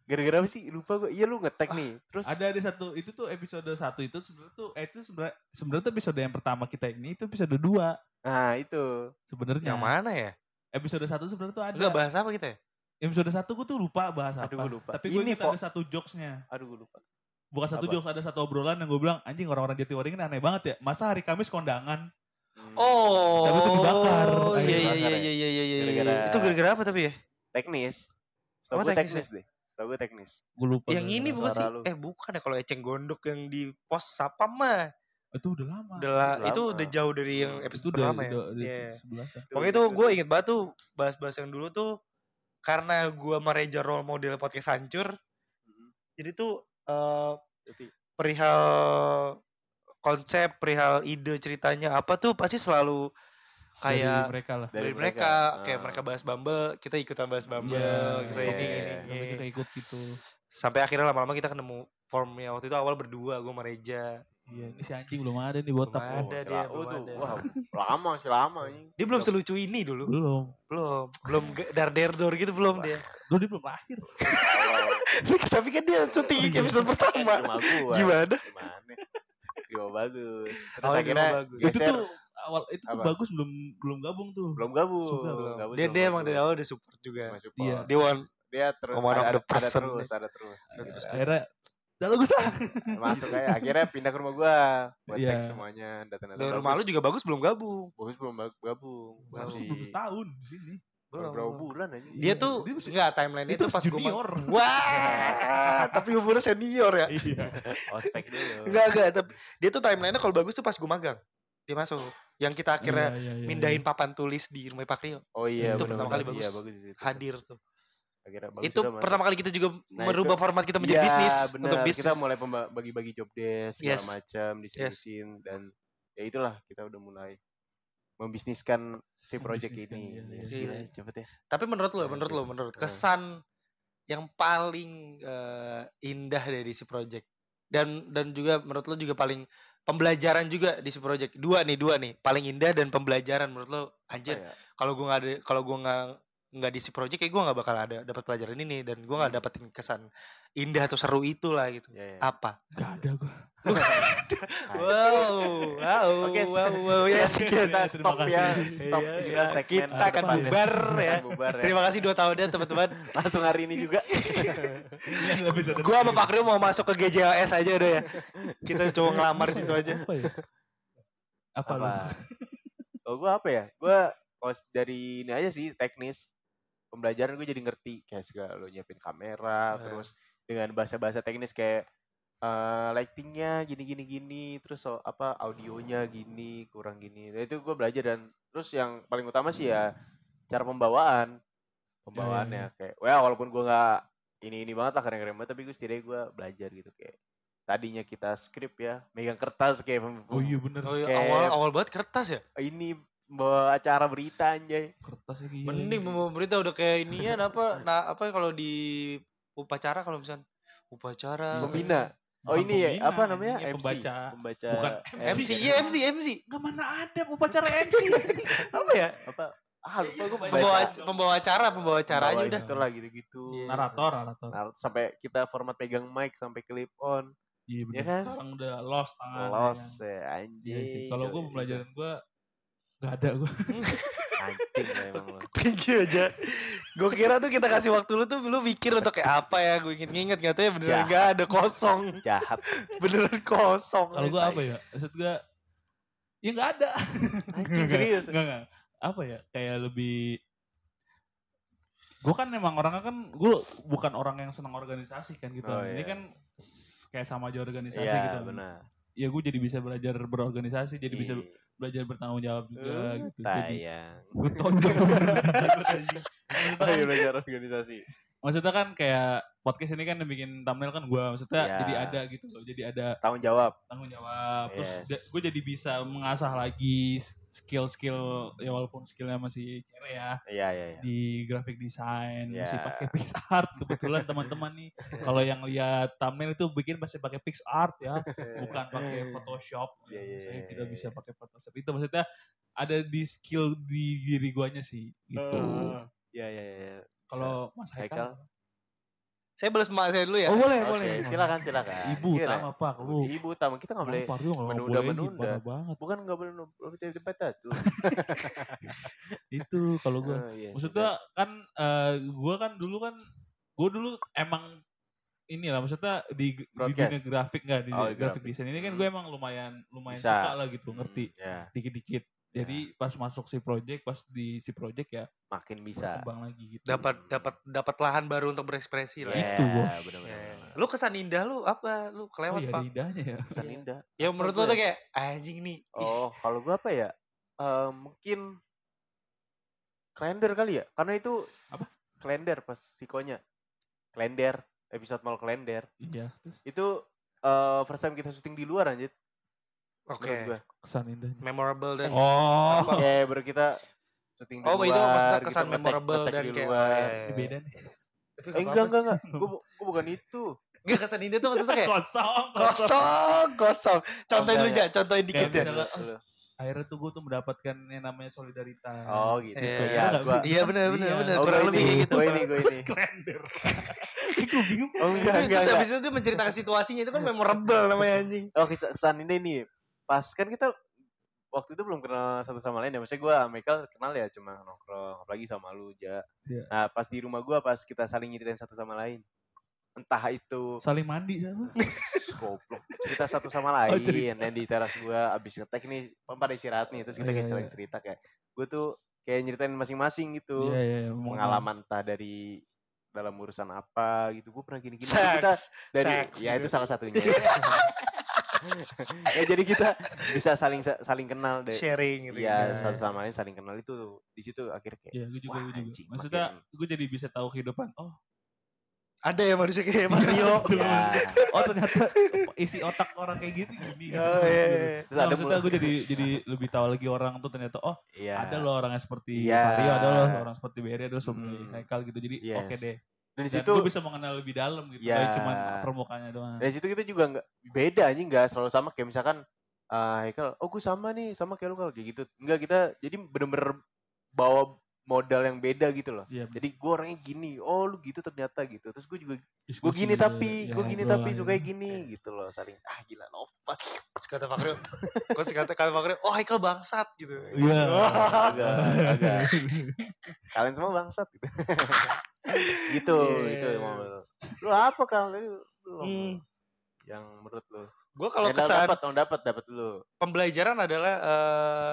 Speaker 3: Gara-gara apa sih? Lupa gue. Iya lu nge-tag nih. Terus
Speaker 1: Ada di satu itu tuh episode satu itu sebenarnya tuh eh itu sebenarnya sebenarnya tuh episode yang pertama kita ini itu episode dua
Speaker 3: nah itu.
Speaker 1: sebenarnya.
Speaker 2: Yang mana ya?
Speaker 1: Episode satu sebenarnya tuh ada.
Speaker 2: Enggak bahas apa kita ya?
Speaker 1: Episode satu gue tuh lupa bahas apa.
Speaker 3: Aduh, gue lupa.
Speaker 1: Tapi gue
Speaker 3: Ini,
Speaker 1: ingat
Speaker 3: Fo.
Speaker 1: ada satu jokesnya.
Speaker 3: Aduh gue lupa.
Speaker 1: Bukan satu
Speaker 3: Apa?
Speaker 1: jokes, ada satu obrolan yang gue bilang, anjing orang-orang Jatiwaringin aneh banget ya. Masa hari Kamis kondangan?
Speaker 3: Hmm.
Speaker 2: Oh.
Speaker 1: Tapi itu dibakar.
Speaker 2: Iya
Speaker 1: Akhirnya
Speaker 2: iya iya
Speaker 3: dibakar ya.
Speaker 2: iya iya iya. iya.
Speaker 3: Gara-gara-
Speaker 2: Itu gara-gara apa tapi ya?
Speaker 3: Teknis.
Speaker 2: Oh,
Speaker 3: Setahu gue
Speaker 2: teknis
Speaker 3: teknis deh. Setahu gue teknis.
Speaker 1: Gue lupa.
Speaker 2: Yang
Speaker 1: gara-gara
Speaker 2: ini
Speaker 1: apa.
Speaker 2: bukan sih?
Speaker 3: suara lu.
Speaker 2: Eh bukan ya kalau eceng gondok yang di pos Sapam mah.
Speaker 1: Itu udah lama.
Speaker 2: Udah lah,
Speaker 3: Udah
Speaker 2: itu
Speaker 3: lama.
Speaker 2: udah jauh dari yang
Speaker 3: Hmm.
Speaker 1: itu
Speaker 2: episode
Speaker 1: udah,
Speaker 2: pertama ya.
Speaker 1: udah, udah
Speaker 2: Iya.
Speaker 1: sebelasan.
Speaker 2: Pokoknya itu gue inget banget tuh bahas-bahas yang dulu tuh karena gue sama Reja role model podcast hancur.
Speaker 3: Hmm.
Speaker 2: Jadi tuh eh,
Speaker 3: Tapi
Speaker 2: perihal konsep, perihal ide ceritanya apa tuh pasti selalu
Speaker 1: Dari
Speaker 2: kayak
Speaker 1: mereka lah.
Speaker 2: dari,
Speaker 3: Dari
Speaker 2: mereka,
Speaker 3: mereka.
Speaker 2: kayak
Speaker 3: Ah.
Speaker 2: mereka bahas Bumble, kita ikutan bahas Bumble,
Speaker 1: Iya,
Speaker 2: kita
Speaker 3: iya,
Speaker 2: ini
Speaker 3: iya,
Speaker 2: ini.
Speaker 3: iya.
Speaker 1: Sampai
Speaker 2: ini.
Speaker 1: kita ikut gitu.
Speaker 2: Sampai akhirnya lama-lama kita ketemu formnya waktu itu awal berdua, gue sama Reja.
Speaker 1: Iya, ini si anjing belum ada nih botak.
Speaker 2: Belum ada.
Speaker 3: oh,
Speaker 2: dia,
Speaker 3: sila-
Speaker 2: belum
Speaker 3: oh, tuh.
Speaker 2: ada.
Speaker 3: Wah, lama sih lama ini.
Speaker 2: Dia belum selucu ini dulu,
Speaker 1: Belum.
Speaker 2: belum, belum ge- dar der dor gitu belum dia.
Speaker 1: Lu dia belum lahir.
Speaker 2: Tapi kan dia syuting episode pertama.
Speaker 3: Rumah gua.
Speaker 2: Gimana?
Speaker 3: Gimana? Gimana bagus. Terus
Speaker 2: Oh,
Speaker 3: akhirnya
Speaker 2: Gimana bagus.
Speaker 1: Itu
Speaker 3: geser.
Speaker 1: tuh awal itu tuh
Speaker 3: Apa?
Speaker 1: bagus belum belum gabung tuh.
Speaker 3: belum gabung.
Speaker 1: Suka,
Speaker 3: belum
Speaker 2: Belum.
Speaker 3: gabung,
Speaker 2: Dia
Speaker 3: belum
Speaker 2: dia emang
Speaker 3: gabung.
Speaker 2: dari awal udah support juga.
Speaker 3: Cuma support.
Speaker 1: Iya.
Speaker 2: Dia one
Speaker 3: Dia terus
Speaker 2: One of
Speaker 3: ada,
Speaker 2: the
Speaker 3: ada
Speaker 2: person.
Speaker 3: terus, ada terus.
Speaker 1: Ada
Speaker 3: Gitu.
Speaker 1: terus akhirnya udah bagus lah.
Speaker 3: Masuk kayak akhirnya pindah ke rumah gua buat
Speaker 1: Iya.
Speaker 3: tag semuanya data-data.
Speaker 2: dari rumah lu juga bagus belum gabung.
Speaker 3: bagus belum bag- gabung.
Speaker 1: Bagus
Speaker 2: Masih.
Speaker 1: tuh belum setahun di sini.
Speaker 3: Belum berapa bulan aja.
Speaker 2: Dia
Speaker 1: Iya,
Speaker 2: tuh
Speaker 1: dia masih-
Speaker 2: enggak timeline
Speaker 1: dia
Speaker 2: itu
Speaker 1: tuh
Speaker 2: pas gue
Speaker 1: junior.
Speaker 2: Wah, tapi umurnya senior ya.
Speaker 1: Iya.
Speaker 3: ospek dulu.
Speaker 2: Enggak enggak, tapi dia tuh timelinenya kalau bagus tuh pas gue magang. Dia masuk. Yang kita akhirnya
Speaker 1: Iya, iya, iya,
Speaker 2: mindahin
Speaker 1: iya.
Speaker 2: papan tulis di rumah Pak Rio.
Speaker 3: Oh iya,
Speaker 1: Itu
Speaker 3: benar,
Speaker 2: pertama
Speaker 3: benar.
Speaker 2: kali bagus.
Speaker 3: Iya, bagus di situ.
Speaker 2: Hadir tuh.
Speaker 3: Akhirnya bagus
Speaker 2: Itu
Speaker 3: udah, Mas.
Speaker 2: pertama kali kita juga
Speaker 3: Nah,
Speaker 2: merubah
Speaker 3: itu-
Speaker 2: format kita menjadi
Speaker 3: Iya,
Speaker 2: bisnis
Speaker 3: benar.
Speaker 2: untuk
Speaker 3: Kita
Speaker 2: bisnis.
Speaker 3: mulai pemba- bagi-bagi job desk segala
Speaker 2: Yes.
Speaker 3: macam diseriusin dan ya itulah kita udah mulai membisniskan si project
Speaker 1: Membisniskan,
Speaker 3: ini.
Speaker 1: iya, iya.
Speaker 3: Ya, gila,
Speaker 2: Iya.
Speaker 3: cepet ya.
Speaker 2: Tapi menurut lo,
Speaker 3: Nah,
Speaker 2: menurut
Speaker 3: itu.
Speaker 2: lo, menurut
Speaker 3: Nah.
Speaker 2: kesan yang paling eh, indah dari si project dan dan juga menurut lo juga paling pembelajaran juga di si project. Dua nih, dua nih, paling indah dan pembelajaran menurut lo. Anjir,
Speaker 3: Apa ya?
Speaker 2: kalau gue nggak ada, kalau gue nggak nggak di si project, kayak gue nggak bakal ada dapat pelajaran ini dan gue nggak
Speaker 3: Hmm.
Speaker 2: dapetin kesan indah atau seru itu lah gitu.
Speaker 3: Ya, ya.
Speaker 2: Apa?
Speaker 1: Gak ada gua.
Speaker 2: Wow, wow,
Speaker 3: Oke,
Speaker 2: wow, wow, ya sekian.
Speaker 3: Kita
Speaker 1: Terima
Speaker 3: stop
Speaker 1: kasih.
Speaker 3: ya.
Speaker 2: Iya,
Speaker 3: Stop
Speaker 2: iya.
Speaker 3: kita segmen
Speaker 2: Kita akan
Speaker 3: depan.
Speaker 2: bubar ya.
Speaker 3: Akan bubar ya.
Speaker 2: Terima kasih dua tahun ya teman-teman.
Speaker 3: Langsung hari ini juga.
Speaker 1: Ini adalah episode
Speaker 2: Gua sama Pak Rio mau masuk ke G J H S aja udah ya. Kita coba ngelamar situ aja.
Speaker 1: Apa ya? Apa, lu?
Speaker 3: Apa? Kalau gue apa ya? Gue kalau dari ini aja sih teknis pembelajaran gue jadi ngerti kayak segala lo nyiapin kamera,
Speaker 2: Nah.
Speaker 3: terus dengan bahasa-bahasa teknis kayak eh, lightingnya gini gini gini, terus so, apa audionya gini kurang gini. Nah, itu gue belajar dan terus yang paling utama sih ya cara pembawaan, pembawaannya kayak, well walaupun gue nggak ini ini banget lah keren-keren banget, tapi gue setidaknya gue belajar gitu kayak tadinya kita skrip ya, megang kertas kayak pem-
Speaker 1: Oh iya bener.
Speaker 2: Oh iya,
Speaker 3: Kayak-
Speaker 2: awal awal banget kertas ya.
Speaker 3: ini bawa acara berita anjay.
Speaker 1: Kertasnya gila.
Speaker 2: Mending membawa berita udah kayak inian apa nah apa kalau di upacara kalau misalnya upacara
Speaker 3: Pembina. Oh
Speaker 1: Bukan
Speaker 3: ini ya
Speaker 1: pembina,
Speaker 3: apa namanya
Speaker 1: ini
Speaker 3: M C.
Speaker 1: pembaca.
Speaker 3: Pembaca.
Speaker 1: Bukan
Speaker 2: M C, iya M C, M C.
Speaker 1: Enggak mana ada upacara M C.
Speaker 2: Apa ya?
Speaker 3: Apa? Ah lupa gue
Speaker 2: Pembawa pembawa acara, pembawa acara aja udah.
Speaker 3: Itulah gitu-gitu.
Speaker 2: Iya.
Speaker 1: Narator, narator.
Speaker 3: Nah, sampai kita format pegang mic sampai clip on.
Speaker 1: Iya bener.
Speaker 3: Iya kan?
Speaker 1: Sekarang udah lost tangan.
Speaker 3: Los
Speaker 1: ya.
Speaker 3: ya
Speaker 1: Iya
Speaker 3: anjing.
Speaker 1: sih. Kalau gue pembelajaran gue nggak ada gue.
Speaker 3: anjing lah emang lo.
Speaker 2: Thank you aja. Gue kira tuh kita kasih waktu lu tuh lu mikir untuk kayak apa ya? Gue inget-inget katanya beneran
Speaker 3: Jahat.
Speaker 2: gak ada kosong.
Speaker 3: Jahat.
Speaker 2: Beneran kosong.
Speaker 1: Kalau gue apa ya? Maksud gue ya nggak ada.
Speaker 3: Anjing serius.
Speaker 1: Nggak nggak. Apa ya? Kayak lebih. Gue kan emang orangnya kan gue bukan orang yang senang organisasi kan gitu.
Speaker 3: Oh,
Speaker 1: Ini
Speaker 3: iya.
Speaker 1: kan s- kayak sama aja organisasi
Speaker 3: Iya
Speaker 1: gitu.
Speaker 3: benar.
Speaker 1: Ya gue jadi bisa belajar berorganisasi, jadi bisa
Speaker 3: Ih,
Speaker 1: belajar bertanggung jawab juga
Speaker 3: eh,
Speaker 1: gitu. Jadi
Speaker 3: Tayang.
Speaker 1: gue tonjok. Maksudnya
Speaker 3: Oh
Speaker 1: kan-
Speaker 3: iya belajar organisasi.
Speaker 1: maksudnya kan kayak podcast ini kan yang bikin thumbnail kan gue, maksudnya
Speaker 3: Iya.
Speaker 1: jadi ada gitu loh, jadi ada
Speaker 3: Tanggung jawab.
Speaker 1: tanggung jawab. Terus
Speaker 3: Yes.
Speaker 1: gue jadi bisa mengasah lagi skill-skill ya walaupun skillnya masih kere ya
Speaker 3: Iya iya iya.
Speaker 1: di graphic design,
Speaker 3: Iya.
Speaker 1: masih pakai PixArt kebetulan teman-teman nih. Kalau yang lihat thumbnail itu bikin masih pakai PixArt ya, bukan pakai Photoshop.
Speaker 3: Iya, iya,
Speaker 1: Saya
Speaker 3: iya,
Speaker 1: tidak
Speaker 3: iya.
Speaker 1: bisa pakai Photoshop. Itu maksudnya ada di skill di diri guanya sih gitu.
Speaker 3: Iya iya iya.
Speaker 1: Kalau Mas
Speaker 3: Haikal?
Speaker 1: Haikal
Speaker 2: Saya balas emak saya dulu ya.
Speaker 1: Oh boleh
Speaker 3: Oke,
Speaker 1: boleh.
Speaker 3: silakan silakan.
Speaker 1: Ibu
Speaker 3: Gimana?
Speaker 1: utama Pak lu.
Speaker 3: Ibu utama kita nggak boleh
Speaker 1: Vario nggak
Speaker 3: menunda
Speaker 1: bolehin,
Speaker 3: menunda.
Speaker 1: parah banget.
Speaker 3: Bukan nggak boleh menunda tempat tuh.
Speaker 1: Itu kalau gue.
Speaker 3: Oh, iya,
Speaker 1: Maksudnya kan eh gue kan dulu kan gue dulu emang inilah maksudnya di, di
Speaker 3: Broadcast.
Speaker 1: dunia grafik nggak di
Speaker 3: Oh,
Speaker 1: grafik
Speaker 3: grafik.
Speaker 1: desain ini kan
Speaker 3: Hmm.
Speaker 1: gue emang lumayan lumayan
Speaker 3: Bisa.
Speaker 1: suka lah gitu
Speaker 3: Hmm,
Speaker 1: ngerti
Speaker 3: ya,
Speaker 1: dikit-dikit. Jadi pas masuk si project pas di si project ya
Speaker 3: makin bisa.
Speaker 1: berkembang lagi gitu.
Speaker 2: Dapat dapat dapat lahan baru untuk berekspresi lah.
Speaker 3: Ya,
Speaker 1: Itu, Bos.
Speaker 2: Ya.
Speaker 3: benar-benar.
Speaker 2: Lu kesan indah lu apa? Lu
Speaker 1: Oh
Speaker 2: kelewat
Speaker 1: iya
Speaker 2: Pak.
Speaker 1: ada indahnya ya.
Speaker 3: Kesan
Speaker 2: Iya.
Speaker 3: indah.
Speaker 2: Ya
Speaker 3: Apa
Speaker 2: menurut
Speaker 3: gue
Speaker 2: lu
Speaker 3: ya?
Speaker 2: tuh kayak anjing nih. Ih,
Speaker 3: Oh, kalau gue apa ya? Eh, mungkin kalender kali ya, karena itu
Speaker 1: Apa?
Speaker 3: Kalender pas sikonya. Kalender, episode mal kalender.
Speaker 1: Iya.
Speaker 3: Itu eh first time kita syuting di luar anjir.
Speaker 2: Oke.
Speaker 3: Menurut gue.
Speaker 1: Kesan indahnya.
Speaker 2: Memorable dan
Speaker 1: Oh.
Speaker 2: Apa?
Speaker 3: Ya, baru kita syuting di
Speaker 2: Oh,
Speaker 3: luar.
Speaker 2: itu maksudnya
Speaker 3: kita
Speaker 2: kesan
Speaker 3: ngetek-
Speaker 2: memorable
Speaker 3: ngetek
Speaker 2: dan
Speaker 3: di
Speaker 2: kayak
Speaker 3: luar.
Speaker 2: oh, iya,
Speaker 1: Ini
Speaker 2: iya.
Speaker 1: beda nih.
Speaker 2: Tapi
Speaker 3: Eh,
Speaker 2: nggak
Speaker 3: enggak,
Speaker 2: apa-apa
Speaker 3: enggak, enggak.
Speaker 2: sih.
Speaker 3: Gue gue bukan itu.
Speaker 2: Enggak kesan indah tuh maksudnya kayak
Speaker 1: Kosong.
Speaker 2: kosong, kosong. Contohin
Speaker 3: enggak,
Speaker 2: dulu aja,
Speaker 3: enggak.
Speaker 2: contohin dikit
Speaker 1: Kayak
Speaker 2: ya.
Speaker 1: misalnya,
Speaker 3: Dulu.
Speaker 1: Akhirnya tuh gue tuh mendapatkan yang namanya solidaritas.
Speaker 3: Oh, gitu.
Speaker 2: Iya,
Speaker 3: Iya,
Speaker 1: Ada nggak
Speaker 3: gua-
Speaker 1: sih?
Speaker 2: Iya benar benar
Speaker 1: Iya.
Speaker 2: benar.
Speaker 3: Oh,
Speaker 2: Kurang
Speaker 3: gue
Speaker 2: lebih
Speaker 3: ini,
Speaker 2: kayak gitu.
Speaker 3: gue ini, gue ini.
Speaker 1: Kalender. Gue bingung.
Speaker 3: Oh, enggak,
Speaker 2: Terus
Speaker 3: enggak,
Speaker 2: terus
Speaker 3: enggak.
Speaker 2: habis itu dia menceritakan situasinya itu kan memorable namanya anjing.
Speaker 3: Oh, kesan kesan ini nih. Pas kan kita waktu itu belum kenal satu sama lain ya. Maksudnya gue sama Michael kenal ya cuma nongkrong. Apalagi sama lu, Ja.
Speaker 1: Iya.
Speaker 3: Nah, pas di rumah gue pas kita saling nyeritain satu sama lain. Entah itu
Speaker 1: Saling mandi sama.
Speaker 3: goblok. Cerita satu sama
Speaker 1: Oh,
Speaker 3: lain.
Speaker 1: cerita.
Speaker 3: Dan di teras gue abis ngetek nih. Kan pada istirahat nih. Terus kita
Speaker 1: Iya,
Speaker 3: kayak
Speaker 1: iya.
Speaker 3: saling cerita kayak. Gue tuh kayak nyeritain masing-masing gitu.
Speaker 1: Iya iya. emang-
Speaker 3: Pengalaman entah dari dalam urusan apa gitu. Gue pernah gini-gini. Terus kita
Speaker 2: Seks.
Speaker 3: dari
Speaker 2: Seks
Speaker 3: ya
Speaker 2: gitu.
Speaker 3: itu salah satunya. Ya jadi kita bisa saling saling kenal deh.
Speaker 2: Sharing gitu.
Speaker 3: Iya, satu sama lain saling kenal itu di situ akhirnya kayak
Speaker 1: Iya, gue juga,
Speaker 3: wah,
Speaker 1: gue juga.
Speaker 3: anjing,
Speaker 1: Maksudnya,
Speaker 3: makin-
Speaker 1: gue jadi bisa tahu kehidupan. Oh,
Speaker 2: Ada ya manusia kayak Mario.
Speaker 3: ya.
Speaker 1: oh ternyata isi otak orang kayak gitu gini.
Speaker 2: Oh, iya, iya.
Speaker 3: Terus
Speaker 1: Nah,
Speaker 3: ada
Speaker 1: maksudnya
Speaker 3: mulai-
Speaker 1: gue jadi jadi lebih tahu lagi orang tuh ternyata oh
Speaker 3: Iya.
Speaker 1: ada loh orang yang seperti
Speaker 3: Iya.
Speaker 1: Vario, ada loh orang seperti Berry, ada loh seperti
Speaker 3: Hmm.
Speaker 1: Haikal gitu. Jadi
Speaker 3: Yes.
Speaker 1: oke deh.
Speaker 3: Dan di
Speaker 1: Dan
Speaker 3: situ
Speaker 1: gue bisa mengenal lebih dalam gitu.
Speaker 3: Iya.
Speaker 1: Gak cuma permukaannya doang.
Speaker 3: dari situ kita juga nggak beda anjing, nggak selalu sama kayak misalkan eh Haikal, oh gue sama nih sama kayak lu Kal, kayak gitu. Enggak, kita jadi bener-bener bawa modal yang beda gitu loh.
Speaker 1: Iya.
Speaker 3: Jadi gue orangnya gini, oh lu gitu ternyata gitu. Terus gue juga gue
Speaker 1: diskusi
Speaker 3: gini
Speaker 1: juga.
Speaker 3: tapi
Speaker 1: Ya,
Speaker 3: gue gini
Speaker 1: gua
Speaker 3: tapi
Speaker 1: lah,
Speaker 3: suka
Speaker 1: ya.
Speaker 3: gini gitu loh, saling ah gila lova.
Speaker 2: Terus kata Fakrio, kok sih kata kata Fakrio, oh Haikal bangsat gitu.
Speaker 1: Iya.
Speaker 3: agak agak kalian semua bangsat gitu. Gitu
Speaker 2: Iya.
Speaker 3: itu emang lu. Lu apa Kal? Lu, lu apa?
Speaker 2: Hmm.
Speaker 3: Yang menurut lu?
Speaker 2: Gue kalau
Speaker 3: Yang
Speaker 2: kesan
Speaker 3: dapat, dong dapat dapat dulu.
Speaker 2: pembelajaran adalah eh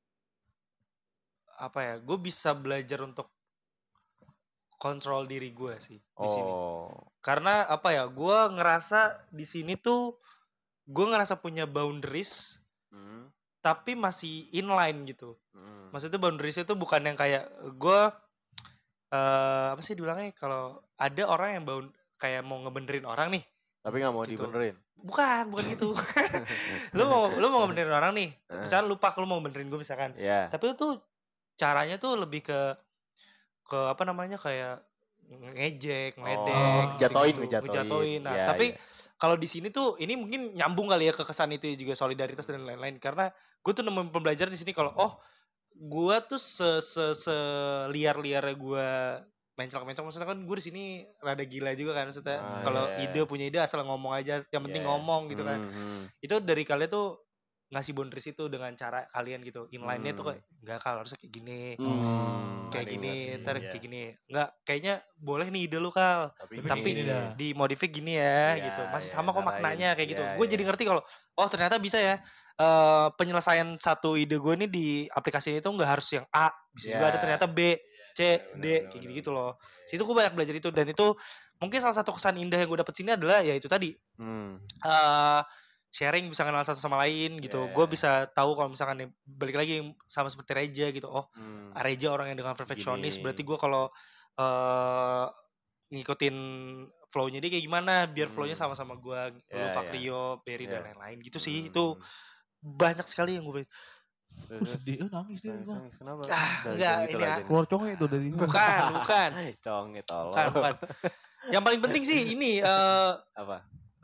Speaker 2: apa ya? Gue bisa belajar untuk kontrol diri gue sih di sini.
Speaker 3: Oh.
Speaker 2: Karena apa ya? Gue ngerasa di sini tuh gue ngerasa punya boundaries,
Speaker 3: Hmm.
Speaker 2: tapi masih inline gitu.
Speaker 3: Hmm.
Speaker 2: Maksudnya boundaries itu bukan yang kayak gue eh apa sih dibilangnya kalau ada orang yang bound kayak mau ngebenerin orang nih.
Speaker 3: Tapi nggak mau
Speaker 2: Gitu.
Speaker 3: dibenerin.
Speaker 2: Bukan, bukan gitu. lu mau lu mau ngebenerin orang nih.
Speaker 3: Eh.
Speaker 2: Misalkan lupa lu mau benerin gue misalkan.
Speaker 3: Ya.
Speaker 2: Tapi itu tuh caranya tuh lebih ke ke apa namanya kayak ngejek, ngeledek,
Speaker 3: Oh,
Speaker 2: gitu-gitu.
Speaker 3: jatoin, ngejatoin.
Speaker 2: ngejatoin. Nah,
Speaker 3: Iya,
Speaker 2: tapi
Speaker 3: iya.
Speaker 2: kalau di sini tuh ini mungkin nyambung kali ya ke kesan itu juga solidaritas dan lain-lain karena gue tuh nemuin pembelajaran di sini kalau oh gue tuh se se se liar liarnya gue menclok-menclok maksudnya kan gue di sini rada gila juga kan maksudnya
Speaker 3: Ah,
Speaker 2: kalau
Speaker 3: iya.
Speaker 2: ide punya ide asal ngomong aja yang penting
Speaker 3: Iya.
Speaker 2: ngomong gitu kan
Speaker 3: Hmm, hmm.
Speaker 2: itu dari kalian tuh ngasih boundaries itu dengan cara kalian gitu inline-nya tuh
Speaker 3: Hmm.
Speaker 2: kayak enggak kalau harusnya kayak gini
Speaker 3: Hmm,
Speaker 2: kayak
Speaker 3: ada
Speaker 2: gini
Speaker 3: yang
Speaker 2: ntar
Speaker 3: ngerti,
Speaker 2: kayak
Speaker 3: iya.
Speaker 2: gini enggak kayaknya boleh nih ide lu Kal
Speaker 3: Tapi,
Speaker 2: tapi
Speaker 1: gini dah.
Speaker 2: di modify gini ya
Speaker 3: Iya,
Speaker 2: gitu masih
Speaker 3: iya,
Speaker 2: sama kok
Speaker 3: ngarahin.
Speaker 2: maknanya kayak gitu
Speaker 3: Iya,
Speaker 2: gue
Speaker 3: iya.
Speaker 2: jadi ngerti kalau oh ternyata bisa ya eh, penyelesaian satu ide gue ini di aplikasi itu nggak harus yang A bisa juga
Speaker 3: Iya.
Speaker 2: ada ternyata B C
Speaker 3: benar,
Speaker 2: D
Speaker 3: benar,
Speaker 2: kayak
Speaker 3: benar,
Speaker 2: gitu gitu loh situ gue banyak belajar itu dan itu mungkin salah satu kesan indah yang gue dapet sini adalah ya itu tadi
Speaker 3: Hmm.
Speaker 2: eh sharing bisa kenal satu sama lain gitu
Speaker 3: Iya.
Speaker 2: gue bisa tahu kalau misalkan nih, balik lagi sama seperti Reja gitu oh
Speaker 3: Hmm.
Speaker 2: Reja orang yang dengan perfeksionis
Speaker 3: Gini.
Speaker 2: berarti gue kalau eh ngikutin flow-nya dia kayak gimana biar flow-nya
Speaker 3: Hmm.
Speaker 2: sama-sama gue
Speaker 3: Ya,
Speaker 2: lu
Speaker 3: ya.
Speaker 2: Fakrio, Berry dan
Speaker 3: Ya.
Speaker 2: lain-lain gitu sih
Speaker 3: Hmm.
Speaker 2: itu banyak sekali yang gue
Speaker 1: Gue sedih, eh, nangis dia.
Speaker 3: Nangis,
Speaker 1: gua.
Speaker 3: nangis. Kenapa?
Speaker 2: Ah,
Speaker 3: Udah,
Speaker 2: enggak,
Speaker 3: gitu
Speaker 2: ini
Speaker 3: lah,
Speaker 2: ah.
Speaker 3: Jen.
Speaker 1: Keluar conge itu dari
Speaker 2: bukan bukan
Speaker 3: Conge tolong.
Speaker 2: bukan bukan yang paling penting sih ini eh
Speaker 3: Apa?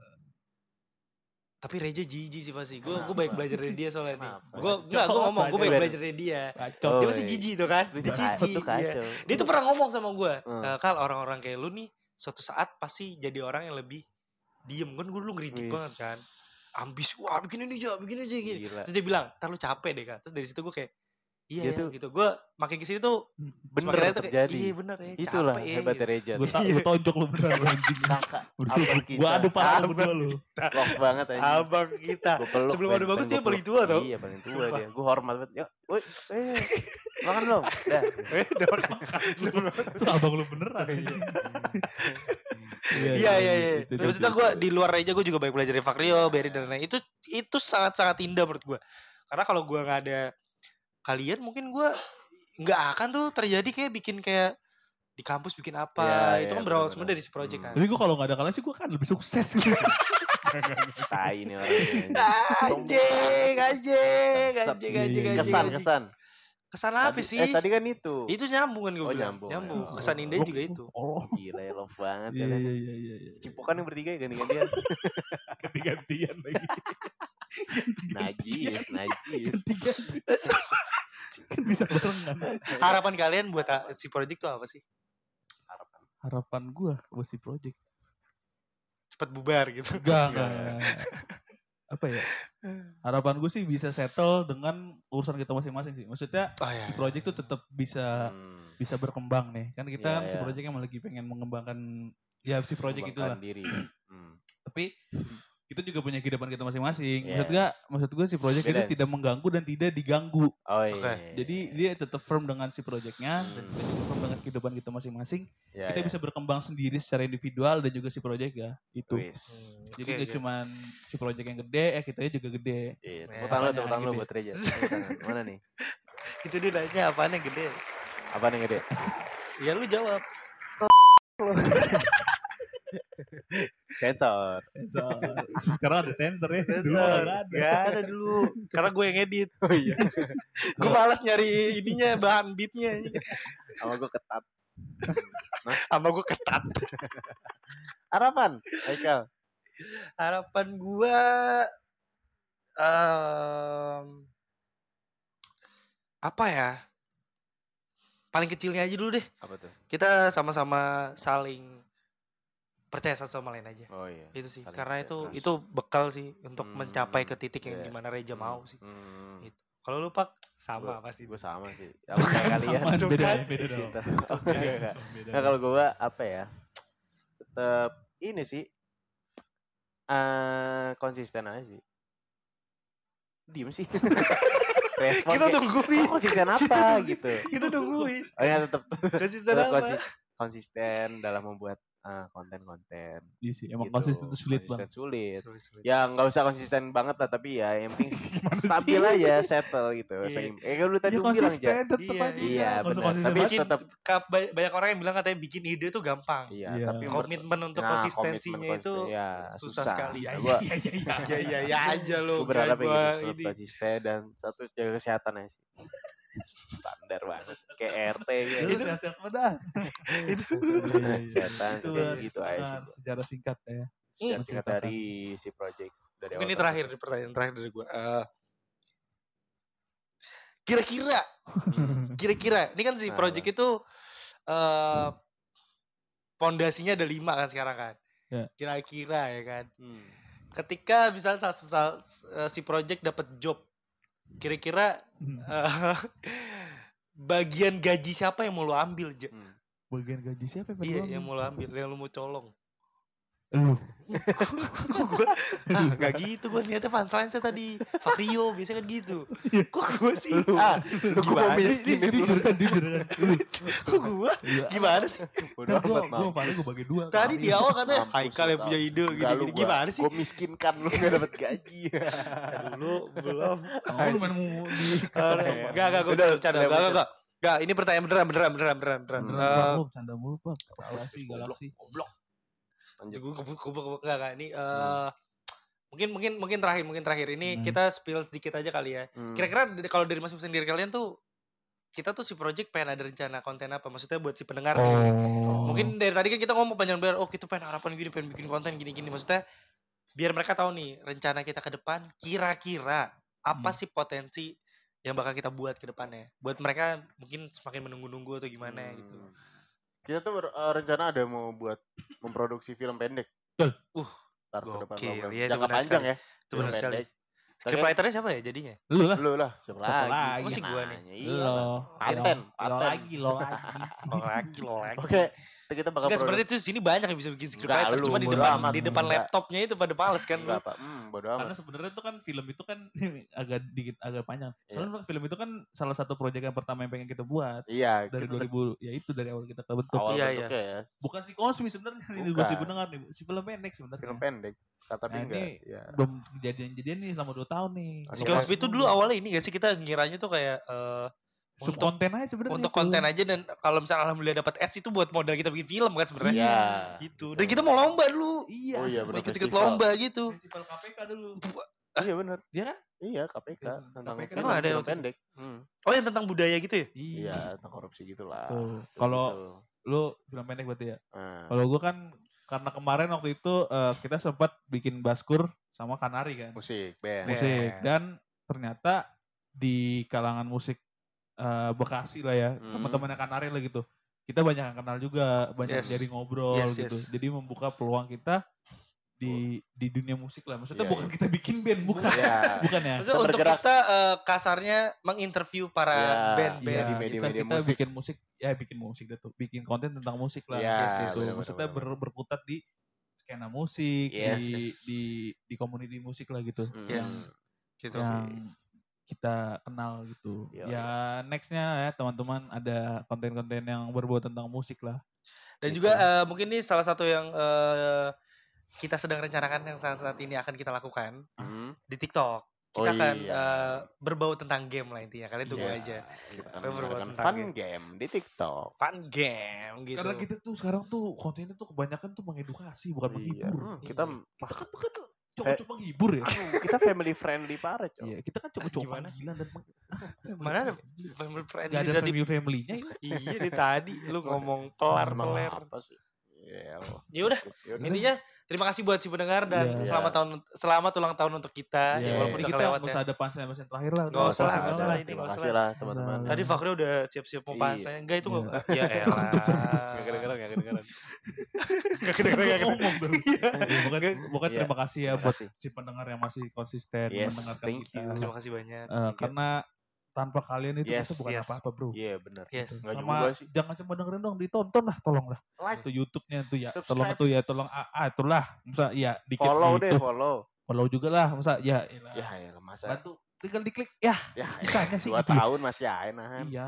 Speaker 2: tapi Reja jijik sih pasti gue gue baik belajar dari dia soalnya nih
Speaker 3: Kenapa?
Speaker 2: gue enggak gue ngomong gue baik
Speaker 3: Belajar.
Speaker 2: belajar dari dia
Speaker 1: Kacau.
Speaker 3: Oh,
Speaker 2: dia pasti
Speaker 3: iya.
Speaker 2: jijik tuh kan
Speaker 3: Lu
Speaker 2: dia
Speaker 3: kacau,
Speaker 2: jijik
Speaker 3: tuh
Speaker 2: iya.
Speaker 3: kacau.
Speaker 2: Dia tuh pernah ngomong sama gue,
Speaker 3: Hmm.
Speaker 2: "Eh, Kal orang-orang kayak lu nih suatu saat pasti jadi orang yang lebih diem kan. Gue dulu ngeridik
Speaker 3: Wis.
Speaker 2: banget kan, ambis, wah bikin ini aja, bikin aja gini.
Speaker 3: Gila.
Speaker 2: Terus dia bilang, ntar lu capek deh kan. Terus dari situ gue kayak, iya
Speaker 3: Dia
Speaker 2: ya
Speaker 3: tuh-
Speaker 2: gitu. Gue makin kesini tuh
Speaker 3: Bener
Speaker 2: semakin akhirnya tuh kayak,
Speaker 3: terjadi.
Speaker 2: iya bener ya,
Speaker 3: Itulah
Speaker 2: capek ya.
Speaker 3: hebatnya
Speaker 2: gitu.
Speaker 3: Reja.
Speaker 1: Gue ta- gue tonjok lu beneran anjing.
Speaker 3: Kakak,
Speaker 1: Berdua.
Speaker 3: abang kita.
Speaker 1: Gue adu parah lu
Speaker 2: Abang
Speaker 1: berdua lu.
Speaker 3: Love banget anjing.
Speaker 2: Abang kita.
Speaker 3: Gua peluk,
Speaker 2: Sebelum
Speaker 3: men.
Speaker 2: adu bagus
Speaker 3: Kan
Speaker 2: dia
Speaker 3: gua
Speaker 2: paling
Speaker 3: peluk.
Speaker 2: tua tau.
Speaker 3: Iya paling tua
Speaker 2: Sumpah.
Speaker 3: dia. Gue hormat banget. Yuk, woi, eh, makan belum? Dah.
Speaker 2: Eh, udah makan.
Speaker 1: Itu abang lu beneran anjing.
Speaker 2: Iya iya iya.
Speaker 1: Itu
Speaker 2: Dan maksudnya
Speaker 1: dia.
Speaker 2: gue di luar Reja gue juga banyak belajar dari Fakrio, Berry dan lain-lain. Itu itu sangat sangat indah menurut gue. Karena kalau gue nggak ada kalian, mungkin gue nggak akan tuh terjadi kayak bikin kayak di kampus bikin apa.
Speaker 3: Iya,
Speaker 2: itu
Speaker 3: iya,
Speaker 2: kan berawal
Speaker 3: benar-benar.
Speaker 2: semua dari si project
Speaker 3: Hmm.
Speaker 2: kan.
Speaker 1: Tapi gue kalau gak ada kalian sih gue kan lebih sukses gitu.
Speaker 3: Tai nih orangnya.
Speaker 2: Anjing, anjing,
Speaker 3: Bangsat.
Speaker 2: anjing,
Speaker 1: Iya,
Speaker 2: anjing,
Speaker 1: iya,
Speaker 2: anjing.
Speaker 3: Kesan,
Speaker 2: anjing.
Speaker 3: kesan.
Speaker 2: Kesan apa
Speaker 3: Tadi-
Speaker 2: sih?
Speaker 3: Eh tadi kan itu.
Speaker 2: Itu nyambung kan gue
Speaker 3: Oh,
Speaker 2: bilang.
Speaker 3: nyambung,
Speaker 2: Nyambung.
Speaker 3: ya.
Speaker 2: Kesan indah juga itu.
Speaker 1: Oh.
Speaker 3: Gila ya, love banget
Speaker 1: Iya
Speaker 3: kalian.
Speaker 1: iya iya iya. iya.
Speaker 3: Cipokan yang bertiga ya ganti-gantian.
Speaker 1: Ganti-gantian lagi.
Speaker 3: Najis, najis.
Speaker 1: Ganti-gantian. Kan bisa barengan.
Speaker 2: Harapan kalian buat ah, si project tuh apa sih?
Speaker 3: Harapan.
Speaker 1: Harapan gue buat si project.
Speaker 2: Cepet bubar gitu.
Speaker 1: Enggak, enggak. Apa ya? Harapan gue sih bisa settle dengan urusan kita masing-masing sih. Maksudnya
Speaker 2: Oh, iya,
Speaker 1: si
Speaker 2: iya.
Speaker 1: project tuh tetap bisa
Speaker 3: Hmm,
Speaker 1: bisa berkembang nih. Kan kita
Speaker 3: Iya,
Speaker 1: kan si
Speaker 3: iya.
Speaker 1: project emang lagi pengen mengembangkan ya si project itulah.
Speaker 3: mengembangkan diri. Hmm.
Speaker 1: Tapi kita juga punya kehidupan kita masing-masing. Maksud
Speaker 3: Yes.
Speaker 1: gua, maksud gue si project itu
Speaker 3: Balance.
Speaker 1: tidak mengganggu dan tidak diganggu.
Speaker 3: Oh iya.
Speaker 2: Oke.
Speaker 1: Jadi dia tetap firm dengan si projectnya dan
Speaker 3: Hmm.
Speaker 1: kita juga firm dengan kehidupan kita masing-masing.
Speaker 3: Ya,
Speaker 1: kita
Speaker 3: ya.
Speaker 1: bisa berkembang sendiri secara individual dan juga si project ya itu.
Speaker 3: Wis.
Speaker 2: Hmm,
Speaker 1: Jadi
Speaker 2: oke,
Speaker 1: gak
Speaker 2: oke.
Speaker 1: cuman si project yang gede, eh kita juga gede.
Speaker 3: Iya,
Speaker 2: Eh,
Speaker 3: tepuk tangan lu,
Speaker 1: apanya
Speaker 3: tepuk tangan lu
Speaker 1: gede?
Speaker 3: buat Reja. Tepuk tangan. Mana nih?
Speaker 2: Itu dia nanya apaan yang gede.
Speaker 3: Apa yang gede?
Speaker 2: Ya lu jawab.
Speaker 3: Sensor.
Speaker 1: Sensor. Sekarang ada sensor ya. Dulu
Speaker 2: Sensor.
Speaker 1: nggak ada.
Speaker 2: Gak ada dulu. Karena gue yang edit.
Speaker 3: Oh iya.
Speaker 2: Gue malas nyari ininya, bahan beatnya.
Speaker 3: Sama gue ketat.
Speaker 2: Sama gue ketat.
Speaker 3: Harapan, Aikal.
Speaker 2: Harapan gue em, apa ya? Paling kecilnya aja dulu deh.
Speaker 3: Apa tuh?
Speaker 2: Kita sama-sama saling percaya satu sama lain aja.
Speaker 3: Oh iya.
Speaker 2: Itu sih.
Speaker 3: Saling
Speaker 2: Karena
Speaker 3: percaya,
Speaker 2: itu
Speaker 3: trust.
Speaker 2: itu bekal sih untuk
Speaker 3: Hmm,
Speaker 2: mencapai ke titik yang
Speaker 3: iya.
Speaker 2: dimana Reja mau sih.
Speaker 3: Hmm.
Speaker 2: Itu. Kalau lu Pak sama pasti.
Speaker 3: Gue sama sih. Sama kayak kalian.
Speaker 1: Aman,
Speaker 2: Tuh
Speaker 1: beda
Speaker 2: kan.
Speaker 1: ya, beda dong.
Speaker 3: Cinta.
Speaker 2: Tuh kan.
Speaker 3: Enggak, enggak.
Speaker 1: Beda.
Speaker 3: Nah kalau gue apa ya? Tetap ini sih. eh konsisten aja sih. Diem sih. Respon
Speaker 2: Kita
Speaker 3: kayak,
Speaker 2: tungguin.
Speaker 3: "Oh, konsisten apa gitu.
Speaker 2: Kita tungguin.
Speaker 3: Oh ya tetap
Speaker 2: Konsisten
Speaker 3: tetap
Speaker 2: apa?
Speaker 3: konsis- konsisten dalam membuat eh, konten-konten.
Speaker 1: Iya sih, emang
Speaker 3: gitu.
Speaker 1: konsisten itu sulit
Speaker 3: Konsisten
Speaker 1: banget.
Speaker 3: sulit.
Speaker 2: Sulit, sulit.
Speaker 3: Ya nggak usah konsisten banget lah, tapi ya yang penting
Speaker 1: Gimana
Speaker 3: stabil
Speaker 1: sih?
Speaker 3: aja, settle gitu.
Speaker 2: Iya.
Speaker 3: Seim- Eh kalau lu tadi
Speaker 1: Ya
Speaker 3: lu bilang
Speaker 1: konsisten
Speaker 3: aja.
Speaker 1: tetep
Speaker 2: Iya,
Speaker 1: aja.
Speaker 3: iya,
Speaker 1: Nggak usah
Speaker 3: benar.
Speaker 1: konsisten
Speaker 3: Tapi
Speaker 1: banget.
Speaker 2: Bikin,
Speaker 3: tetap-
Speaker 2: ka- ba- banyak orang yang bilang katanya bikin ide tuh gampang.
Speaker 3: Iya,
Speaker 1: Iya.
Speaker 3: tapi menurut-
Speaker 2: Komitmen untuk
Speaker 3: Nah,
Speaker 2: konsistensinya
Speaker 3: komitmen
Speaker 2: itu
Speaker 3: konsisten, ya,
Speaker 2: susah sekali.
Speaker 1: Iya,
Speaker 3: Nah,
Speaker 1: iya,
Speaker 3: gua
Speaker 1: iya, iya, iya.
Speaker 2: Ya ya ya aja lo.
Speaker 3: gue berharap
Speaker 2: gua
Speaker 3: kayak gitu,
Speaker 2: ini.
Speaker 3: tetap konsisten dan satu jaga kesehatan aja sih. Standar banget, kayak R T gitu.
Speaker 1: Itu sehat-sehat pada.
Speaker 2: Itu.
Speaker 1: Iya, iya, iya.
Speaker 3: Kesehatan,
Speaker 1: Itu
Speaker 3: kayak
Speaker 1: lah,
Speaker 3: gitu aja sih.
Speaker 1: ah, secara singkat ya.
Speaker 3: Sehat
Speaker 1: Masih
Speaker 3: singkat
Speaker 1: tetap.
Speaker 3: dari si project dari
Speaker 2: Mungkin ini
Speaker 3: awal
Speaker 2: terakhir nih, pertanyaan terakhir dari gue. Eh, kira-kira, kira-kira, ini kan si
Speaker 3: Nah,
Speaker 2: project itu eh pondasinya ada lima kan sekarang kan.
Speaker 1: Ya.
Speaker 2: Kira-kira ya kan.
Speaker 3: Hmm.
Speaker 2: Ketika misalnya sa- sa- sa- si project dapat job, kira-kira eh, bagian gaji siapa yang mau lo ambil, Je?
Speaker 3: Hmm.
Speaker 1: Bagian gaji siapa yang
Speaker 2: Iya,
Speaker 1: pengen
Speaker 2: yang mau lo ambil, yang lo mau colong.
Speaker 1: Lu.
Speaker 2: Kok gue ah gak gitu, gue niatnya punchline saya tadi Fakrio biasanya kan gitu. Kok gue sih ah
Speaker 3: Lu gua
Speaker 2: gimana sih?
Speaker 3: miskin
Speaker 1: Jujur kan, jujur kan. Lu.
Speaker 2: Kok gue
Speaker 1: Iya.
Speaker 2: gimana sih?
Speaker 3: Bodoh
Speaker 1: Kan gua,
Speaker 3: amat,
Speaker 1: gua
Speaker 3: maaf.
Speaker 1: paling gua bagi dua.
Speaker 2: Tadi di awal katanya
Speaker 3: Mampus
Speaker 2: Haikal yang
Speaker 3: lu,
Speaker 2: punya
Speaker 3: tau.
Speaker 2: ide
Speaker 3: Enggak, lu
Speaker 2: gini-gini.
Speaker 3: gua-
Speaker 2: Gimana sih?
Speaker 3: Gua miskinkan lu gak dapet gaji.
Speaker 2: Dulu belum.
Speaker 1: Oh, lu main mau di
Speaker 2: Aduh, Gak gak gue
Speaker 3: Udah,
Speaker 2: bercanda.
Speaker 3: udah,
Speaker 2: Gak gak
Speaker 3: udah.
Speaker 2: gak. Gak, ini pertanyaan beneran beneran beneran beneran beneran.
Speaker 3: Hmm.
Speaker 1: Beneran,
Speaker 2: Eh,
Speaker 1: Bang, lu bercanda mulu, Bang. Galaksi, galaksi.
Speaker 3: Goblok. Lanjut.
Speaker 2: gue kebuk kebuk gak gak ini eh mungkin mungkin mungkin terakhir mungkin terakhir ini
Speaker 1: Hmm.
Speaker 2: kita spill sedikit aja kali ya.
Speaker 3: Hmm.
Speaker 2: Kira-kira dari- kalau dari masing-masing diri kalian tuh kita tuh si project pengen ada rencana konten apa? Maksudnya buat si pendengar nih.
Speaker 1: Oh.
Speaker 2: Mungkin dari tadi kan kita ngomong panjang-panjang, oh kita pengen harapan gini, pengen bikin konten gini-gini. Maksudnya biar mereka tahu nih rencana kita ke depan kira-kira apa
Speaker 1: Hmm.
Speaker 2: sih potensi yang bakal kita buat ke depannya. Buat mereka mungkin semakin menunggu-nunggu atau gimana
Speaker 3: Hmm.
Speaker 2: gitu.
Speaker 3: Kita tuh ber- eh, rencana ada mau buat memproduksi film pendek.
Speaker 1: Betul.
Speaker 2: Uh,
Speaker 3: Ntar ke depan
Speaker 2: gokil.
Speaker 3: program.
Speaker 2: Iya, itu
Speaker 3: Jangka
Speaker 2: benar
Speaker 3: panjang
Speaker 2: sekali.
Speaker 3: ya.
Speaker 2: Itu
Speaker 3: Film
Speaker 2: benar sekali.
Speaker 3: pendek.
Speaker 2: Scriptwriternya siapa ya jadinya?
Speaker 1: Lu lah.
Speaker 3: Lu lah, siapa,
Speaker 1: Siapa
Speaker 3: lagi?
Speaker 1: lagi?
Speaker 2: Masih gua nih.
Speaker 3: Iya.
Speaker 1: Lo.
Speaker 3: lah. Paten,
Speaker 1: Lo
Speaker 3: paten.
Speaker 1: lagi, lo lagi.
Speaker 2: Lo lagi, lo lagi.
Speaker 3: Oke, kita bakal
Speaker 2: Enggak, sebenarnya
Speaker 3: produksi.
Speaker 2: itu sini banyak yang bisa bikin scriptwriter,
Speaker 3: lu,
Speaker 2: cuma di
Speaker 1: bodo
Speaker 2: depan
Speaker 1: amat.
Speaker 2: di depan
Speaker 3: Enggak.
Speaker 2: laptopnya itu pada males kan lu.
Speaker 3: Enggak, Pak. Hmm, bodo
Speaker 1: Karena
Speaker 3: amat.
Speaker 1: sebenarnya tuh kan film itu kan agak dikit agak panjang. Soalnya film itu kan salah satu proyek yang pertama yang pengen kita buat
Speaker 3: Iya,
Speaker 1: dari
Speaker 3: kita
Speaker 1: dua ribu ya itu dari awal kita kebentuk.
Speaker 3: awal
Speaker 2: Iya,
Speaker 3: bentuknya ya.
Speaker 1: Bukan si Kosmi sebenarnya ini
Speaker 3: Bukan.
Speaker 1: gue sih pendengar nih, si film pendek sebenarnya.
Speaker 3: Film pendek. Kata
Speaker 1: Nah,
Speaker 3: enggak.
Speaker 1: ini
Speaker 3: Ya.
Speaker 1: belum kejadian-kejadian nih selama dua tahun nih.
Speaker 3: Si
Speaker 2: Si
Speaker 3: Iya.
Speaker 2: Cosby itu dulu awalnya ini gak sih kita ngiranya tuh kayak eh,
Speaker 1: sub
Speaker 2: untuk
Speaker 1: konten aja sebenarnya.
Speaker 2: untuk
Speaker 1: itu.
Speaker 2: konten aja dan kalau misalnya alhamdulillah dapat ads itu buat modal kita bikin film kan sebenarnya.
Speaker 3: Iya.
Speaker 2: Gitu. Dan kita mau lomba dulu.
Speaker 1: Iya.
Speaker 3: Oh iya,
Speaker 2: Mau
Speaker 3: bener.
Speaker 2: ikut-ikut
Speaker 3: festival.
Speaker 2: lomba gitu.
Speaker 1: Festival K P K dulu.
Speaker 3: Iya benar.
Speaker 1: Iya kan?
Speaker 3: Iya, K P K
Speaker 1: Film
Speaker 3: tentang
Speaker 1: K P K.
Speaker 3: film,
Speaker 2: Emang ada
Speaker 3: film
Speaker 2: waktu itu?
Speaker 3: pendek. Hmm.
Speaker 2: Oh yang tentang budaya gitu ya?
Speaker 3: Iya, tentang korupsi gitulah.
Speaker 1: Tuh.
Speaker 3: Kayak
Speaker 1: Kalau
Speaker 3: gitu.
Speaker 1: lu film pendek berarti ya.
Speaker 3: Nah,
Speaker 1: Kalau gue kan karena kemarin waktu itu eh, kita sempat bikin baskur sama Kanari kan.
Speaker 3: musik, band.
Speaker 2: Band.
Speaker 1: Musik dan ternyata di kalangan musik eh, Bekasi lah ya,
Speaker 3: Hmm.
Speaker 1: teman-temannya Kanari lah gitu. Kita banyak yang kenal juga, banyak
Speaker 2: Yes.
Speaker 1: jadi ngobrol
Speaker 2: Yes,
Speaker 1: gitu.
Speaker 2: yes.
Speaker 1: Jadi membuka peluang kita di di dunia musik lah. Maksudnya
Speaker 3: Iya,
Speaker 1: bukan kita bikin band, bukan.
Speaker 3: Iya.
Speaker 1: Bukan ya.
Speaker 2: Maksudnya
Speaker 3: Kita
Speaker 2: untuk
Speaker 3: bergerak.
Speaker 2: kita eh, kasarnya menginterview para
Speaker 3: Iya.
Speaker 2: band-band.
Speaker 1: Iya,
Speaker 3: di
Speaker 1: kita,
Speaker 3: media-media
Speaker 1: kita
Speaker 3: musik.
Speaker 1: bikin musik, ya bikin musik deh tuh, bikin konten tentang musik lah.
Speaker 3: Iya,
Speaker 2: Yes, yes.
Speaker 1: gitu.
Speaker 3: benar-benar,
Speaker 1: Maksudnya ber,
Speaker 3: benar-benar.
Speaker 1: berkutat di skena musik,
Speaker 3: Yes,
Speaker 1: di,
Speaker 3: yes.
Speaker 1: di di komuniti musik lah gitu.
Speaker 3: Mm.
Speaker 2: Yes. Gitu.
Speaker 1: Yang kita kenal gitu.
Speaker 3: Iya,
Speaker 1: ya nextnya ya teman-teman ada konten-konten yang berbau tentang musik lah.
Speaker 2: Dan
Speaker 1: Gitu.
Speaker 2: juga eh, mungkin ini salah satu yang eh, kita sedang rencanakan yang saat saat ini akan kita lakukan
Speaker 3: Hmm.
Speaker 2: di TikTok.
Speaker 3: Oh
Speaker 2: Kita akan
Speaker 3: iya.
Speaker 2: eh, berbau tentang game lah intinya. Kalian tunggu
Speaker 3: Yes.
Speaker 2: aja.
Speaker 3: Kita akan
Speaker 2: Kita berbuat
Speaker 3: mendengarkan
Speaker 2: tentang
Speaker 3: fun
Speaker 2: game.
Speaker 3: game di TikTok.
Speaker 2: Fun game gitu.
Speaker 1: Karena kita tuh sekarang tuh kontennya tuh kebanyakan tuh mengedukasi bukan
Speaker 3: Iya.
Speaker 1: menghibur.
Speaker 3: Hmm, kita
Speaker 1: Kita kan bukan tuh coba-coba menghibur ya.
Speaker 3: Anu, kita family friendly parah, Cok.
Speaker 1: Iya, kita kan coba-coba
Speaker 2: Gimana?
Speaker 1: panggilan dan meng-
Speaker 2: Mana ada family friendly
Speaker 1: Gak ada
Speaker 2: tadi?
Speaker 1: family family-nya ini.
Speaker 2: Iya dari tadi lu ngomong pelar
Speaker 3: Emang
Speaker 2: peler.
Speaker 3: apa sih? Iya, loh.
Speaker 2: Ya udah,
Speaker 3: Yaudah.
Speaker 2: intinya terima kasih buat si pendengar dan
Speaker 1: Iya.
Speaker 2: selamat tahun selamat ulang tahun untuk kita.
Speaker 1: Iya,
Speaker 2: Ya, walaupun
Speaker 1: ini
Speaker 2: udah
Speaker 1: kita
Speaker 2: kelewat
Speaker 1: nggak
Speaker 2: ya.
Speaker 1: usah ada punchline punchline terakhir lah.
Speaker 2: Nggak
Speaker 1: udah
Speaker 2: usah lah,
Speaker 1: closing
Speaker 2: nggak
Speaker 1: aja
Speaker 2: usah lah,
Speaker 1: lah.
Speaker 2: ini
Speaker 3: Terima
Speaker 2: nggak usah
Speaker 3: kasih
Speaker 2: lah.
Speaker 3: lah teman-teman.
Speaker 1: Iya.
Speaker 2: Tadi Fakri udah siap-siap mau
Speaker 3: Iya.
Speaker 2: punchline. Enggak itu enggak.
Speaker 1: Iya.
Speaker 2: Ya
Speaker 1: Itu
Speaker 2: elah.
Speaker 1: untuk siapa itu?
Speaker 3: Gak kedengeran, gak kedengeran.
Speaker 2: Enggak kedengeran, nggak kedengeran.
Speaker 1: Ngomong dong.
Speaker 2: Iya.
Speaker 1: Ya, pokoknya, pokoknya
Speaker 3: Iya.
Speaker 1: terima kasih ya
Speaker 3: Terima
Speaker 1: buat
Speaker 3: kasih.
Speaker 1: si pendengar yang masih konsisten
Speaker 3: Yes,
Speaker 1: mendengarkan
Speaker 3: thank
Speaker 1: kita.
Speaker 3: you.
Speaker 2: Terima kasih banyak.
Speaker 1: Eh, karena tanpa kalian itu
Speaker 3: Yes,
Speaker 1: kita bukan
Speaker 2: yes.
Speaker 1: apa-apa bro.
Speaker 3: Iya, benar.
Speaker 2: Yes.
Speaker 3: Nggak
Speaker 1: Sama
Speaker 3: juga sih.
Speaker 1: jangan cuma dengerin dong, ditonton lah, tolong lah.
Speaker 3: Like,
Speaker 1: Itu YouTube-nya tuh ya,
Speaker 3: Subscribe.
Speaker 1: tolong itu ya, tolong ah, ah itulah, masa ya dikit
Speaker 3: follow
Speaker 1: di
Speaker 3: deh,
Speaker 1: YouTube,
Speaker 3: follow.
Speaker 1: follow juga lah, masa ya, elah.
Speaker 3: Ya, ya masa.
Speaker 1: bantu, tinggal diklik, ya,
Speaker 3: Ya,
Speaker 1: sisanya sih
Speaker 3: dua
Speaker 1: gitu ya.
Speaker 3: tahun masih aja nah.
Speaker 1: Iya.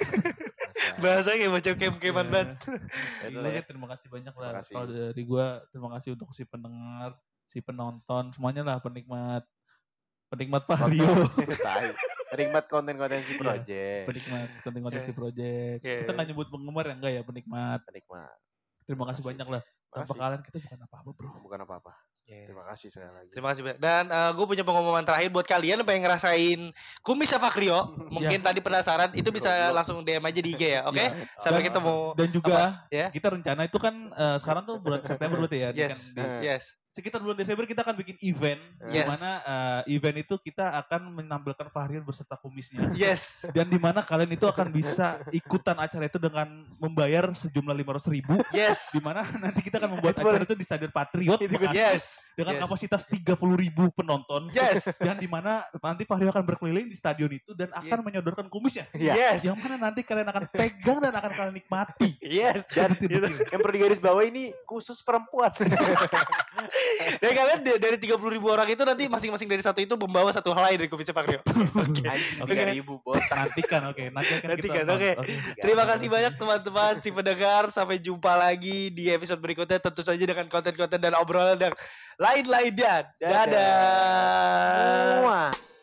Speaker 2: Bahasanya kayak macam kem-keman
Speaker 1: Iya.
Speaker 2: banget.
Speaker 3: Ya
Speaker 1: Iya,
Speaker 3: udah ya.
Speaker 1: terima kasih banyak
Speaker 3: Terima
Speaker 1: lah.
Speaker 3: kasih.
Speaker 1: Kalau dari gua terima kasih untuk si pendengar, si penonton, semuanya lah penikmat penikmat Vario,
Speaker 3: Tai. Penikmat konten-konten si
Speaker 1: Iya.
Speaker 3: project.
Speaker 1: penikmat konten-konten
Speaker 2: Iya.
Speaker 1: si project.
Speaker 2: Iya,
Speaker 1: Kita
Speaker 2: iya.
Speaker 1: nggak nyebut penggemar ya enggak ya, penikmat.
Speaker 3: Penikmat.
Speaker 1: Terima kasih banyak lah. Tanpa
Speaker 3: Makasih.
Speaker 1: kalian kita bukan apa-apa, Bro.
Speaker 3: Bukan apa-apa.
Speaker 2: Iya.
Speaker 3: Terima kasih sekali lagi.
Speaker 2: Terima kasih banyak. Dan gue punya pengumuman terakhir buat kalian yang pengen ngerasain kumis Fakrio. Mungkin tadi penasaran, itu bisa
Speaker 3: Goblok.
Speaker 2: langsung D M aja di I G ya, oke?
Speaker 1: Iya.
Speaker 2: Sampai
Speaker 1: Dan-
Speaker 2: ketemu.
Speaker 1: Dan juga
Speaker 2: Ya.
Speaker 1: kita rencana itu kan eh, sekarang tuh bulan September berarti ya. Ini
Speaker 2: Yes.
Speaker 1: kan di-
Speaker 2: Yes.
Speaker 1: sekitar bulan Desember kita akan bikin event di
Speaker 2: Yes.
Speaker 1: mana eh, event itu kita akan menampilkan Fahrian beserta kumisnya.
Speaker 2: Yes.
Speaker 1: Dan di mana kalian itu akan bisa ikutan acara itu dengan membayar sejumlah lima ratus ribu.
Speaker 2: Yes.
Speaker 1: Di mana nanti kita akan membuat acara itu di Stadion Patriot Bekasi
Speaker 2: Yes.
Speaker 1: dengan
Speaker 2: Yes.
Speaker 1: kapasitas tiga puluh ribu penonton.
Speaker 2: Yes.
Speaker 1: Dan di mana nanti Fahri akan berkeliling di stadion itu dan akan
Speaker 2: Iya.
Speaker 1: menyodorkan kumisnya.
Speaker 2: Yes.
Speaker 1: Yang mana nanti kalian akan pegang dan akan kalian nikmati.
Speaker 2: Yes.
Speaker 3: Dan
Speaker 1: Detil-detil.
Speaker 3: yang perlu digaris bawah ini khusus perempuan.
Speaker 2: Dan kalian di- dari tiga puluh ribu orang itu nanti masing-masing dari satu itu membawa satu helai dari kumisnya Fakrio.
Speaker 3: Anjing
Speaker 1: Oke.
Speaker 3: tiga ribu bos.
Speaker 1: Nantikan, oke. Nanti akan
Speaker 2: Nantikan,
Speaker 1: kita
Speaker 2: oke. Terima kasih banyak teman-teman si pendengar. Sampai jumpa lagi di episode berikutnya. Tentu saja dengan konten-konten dan obrolan yang lain-lainnya.
Speaker 3: Dadah.
Speaker 2: Dadah.
Speaker 3: Muah.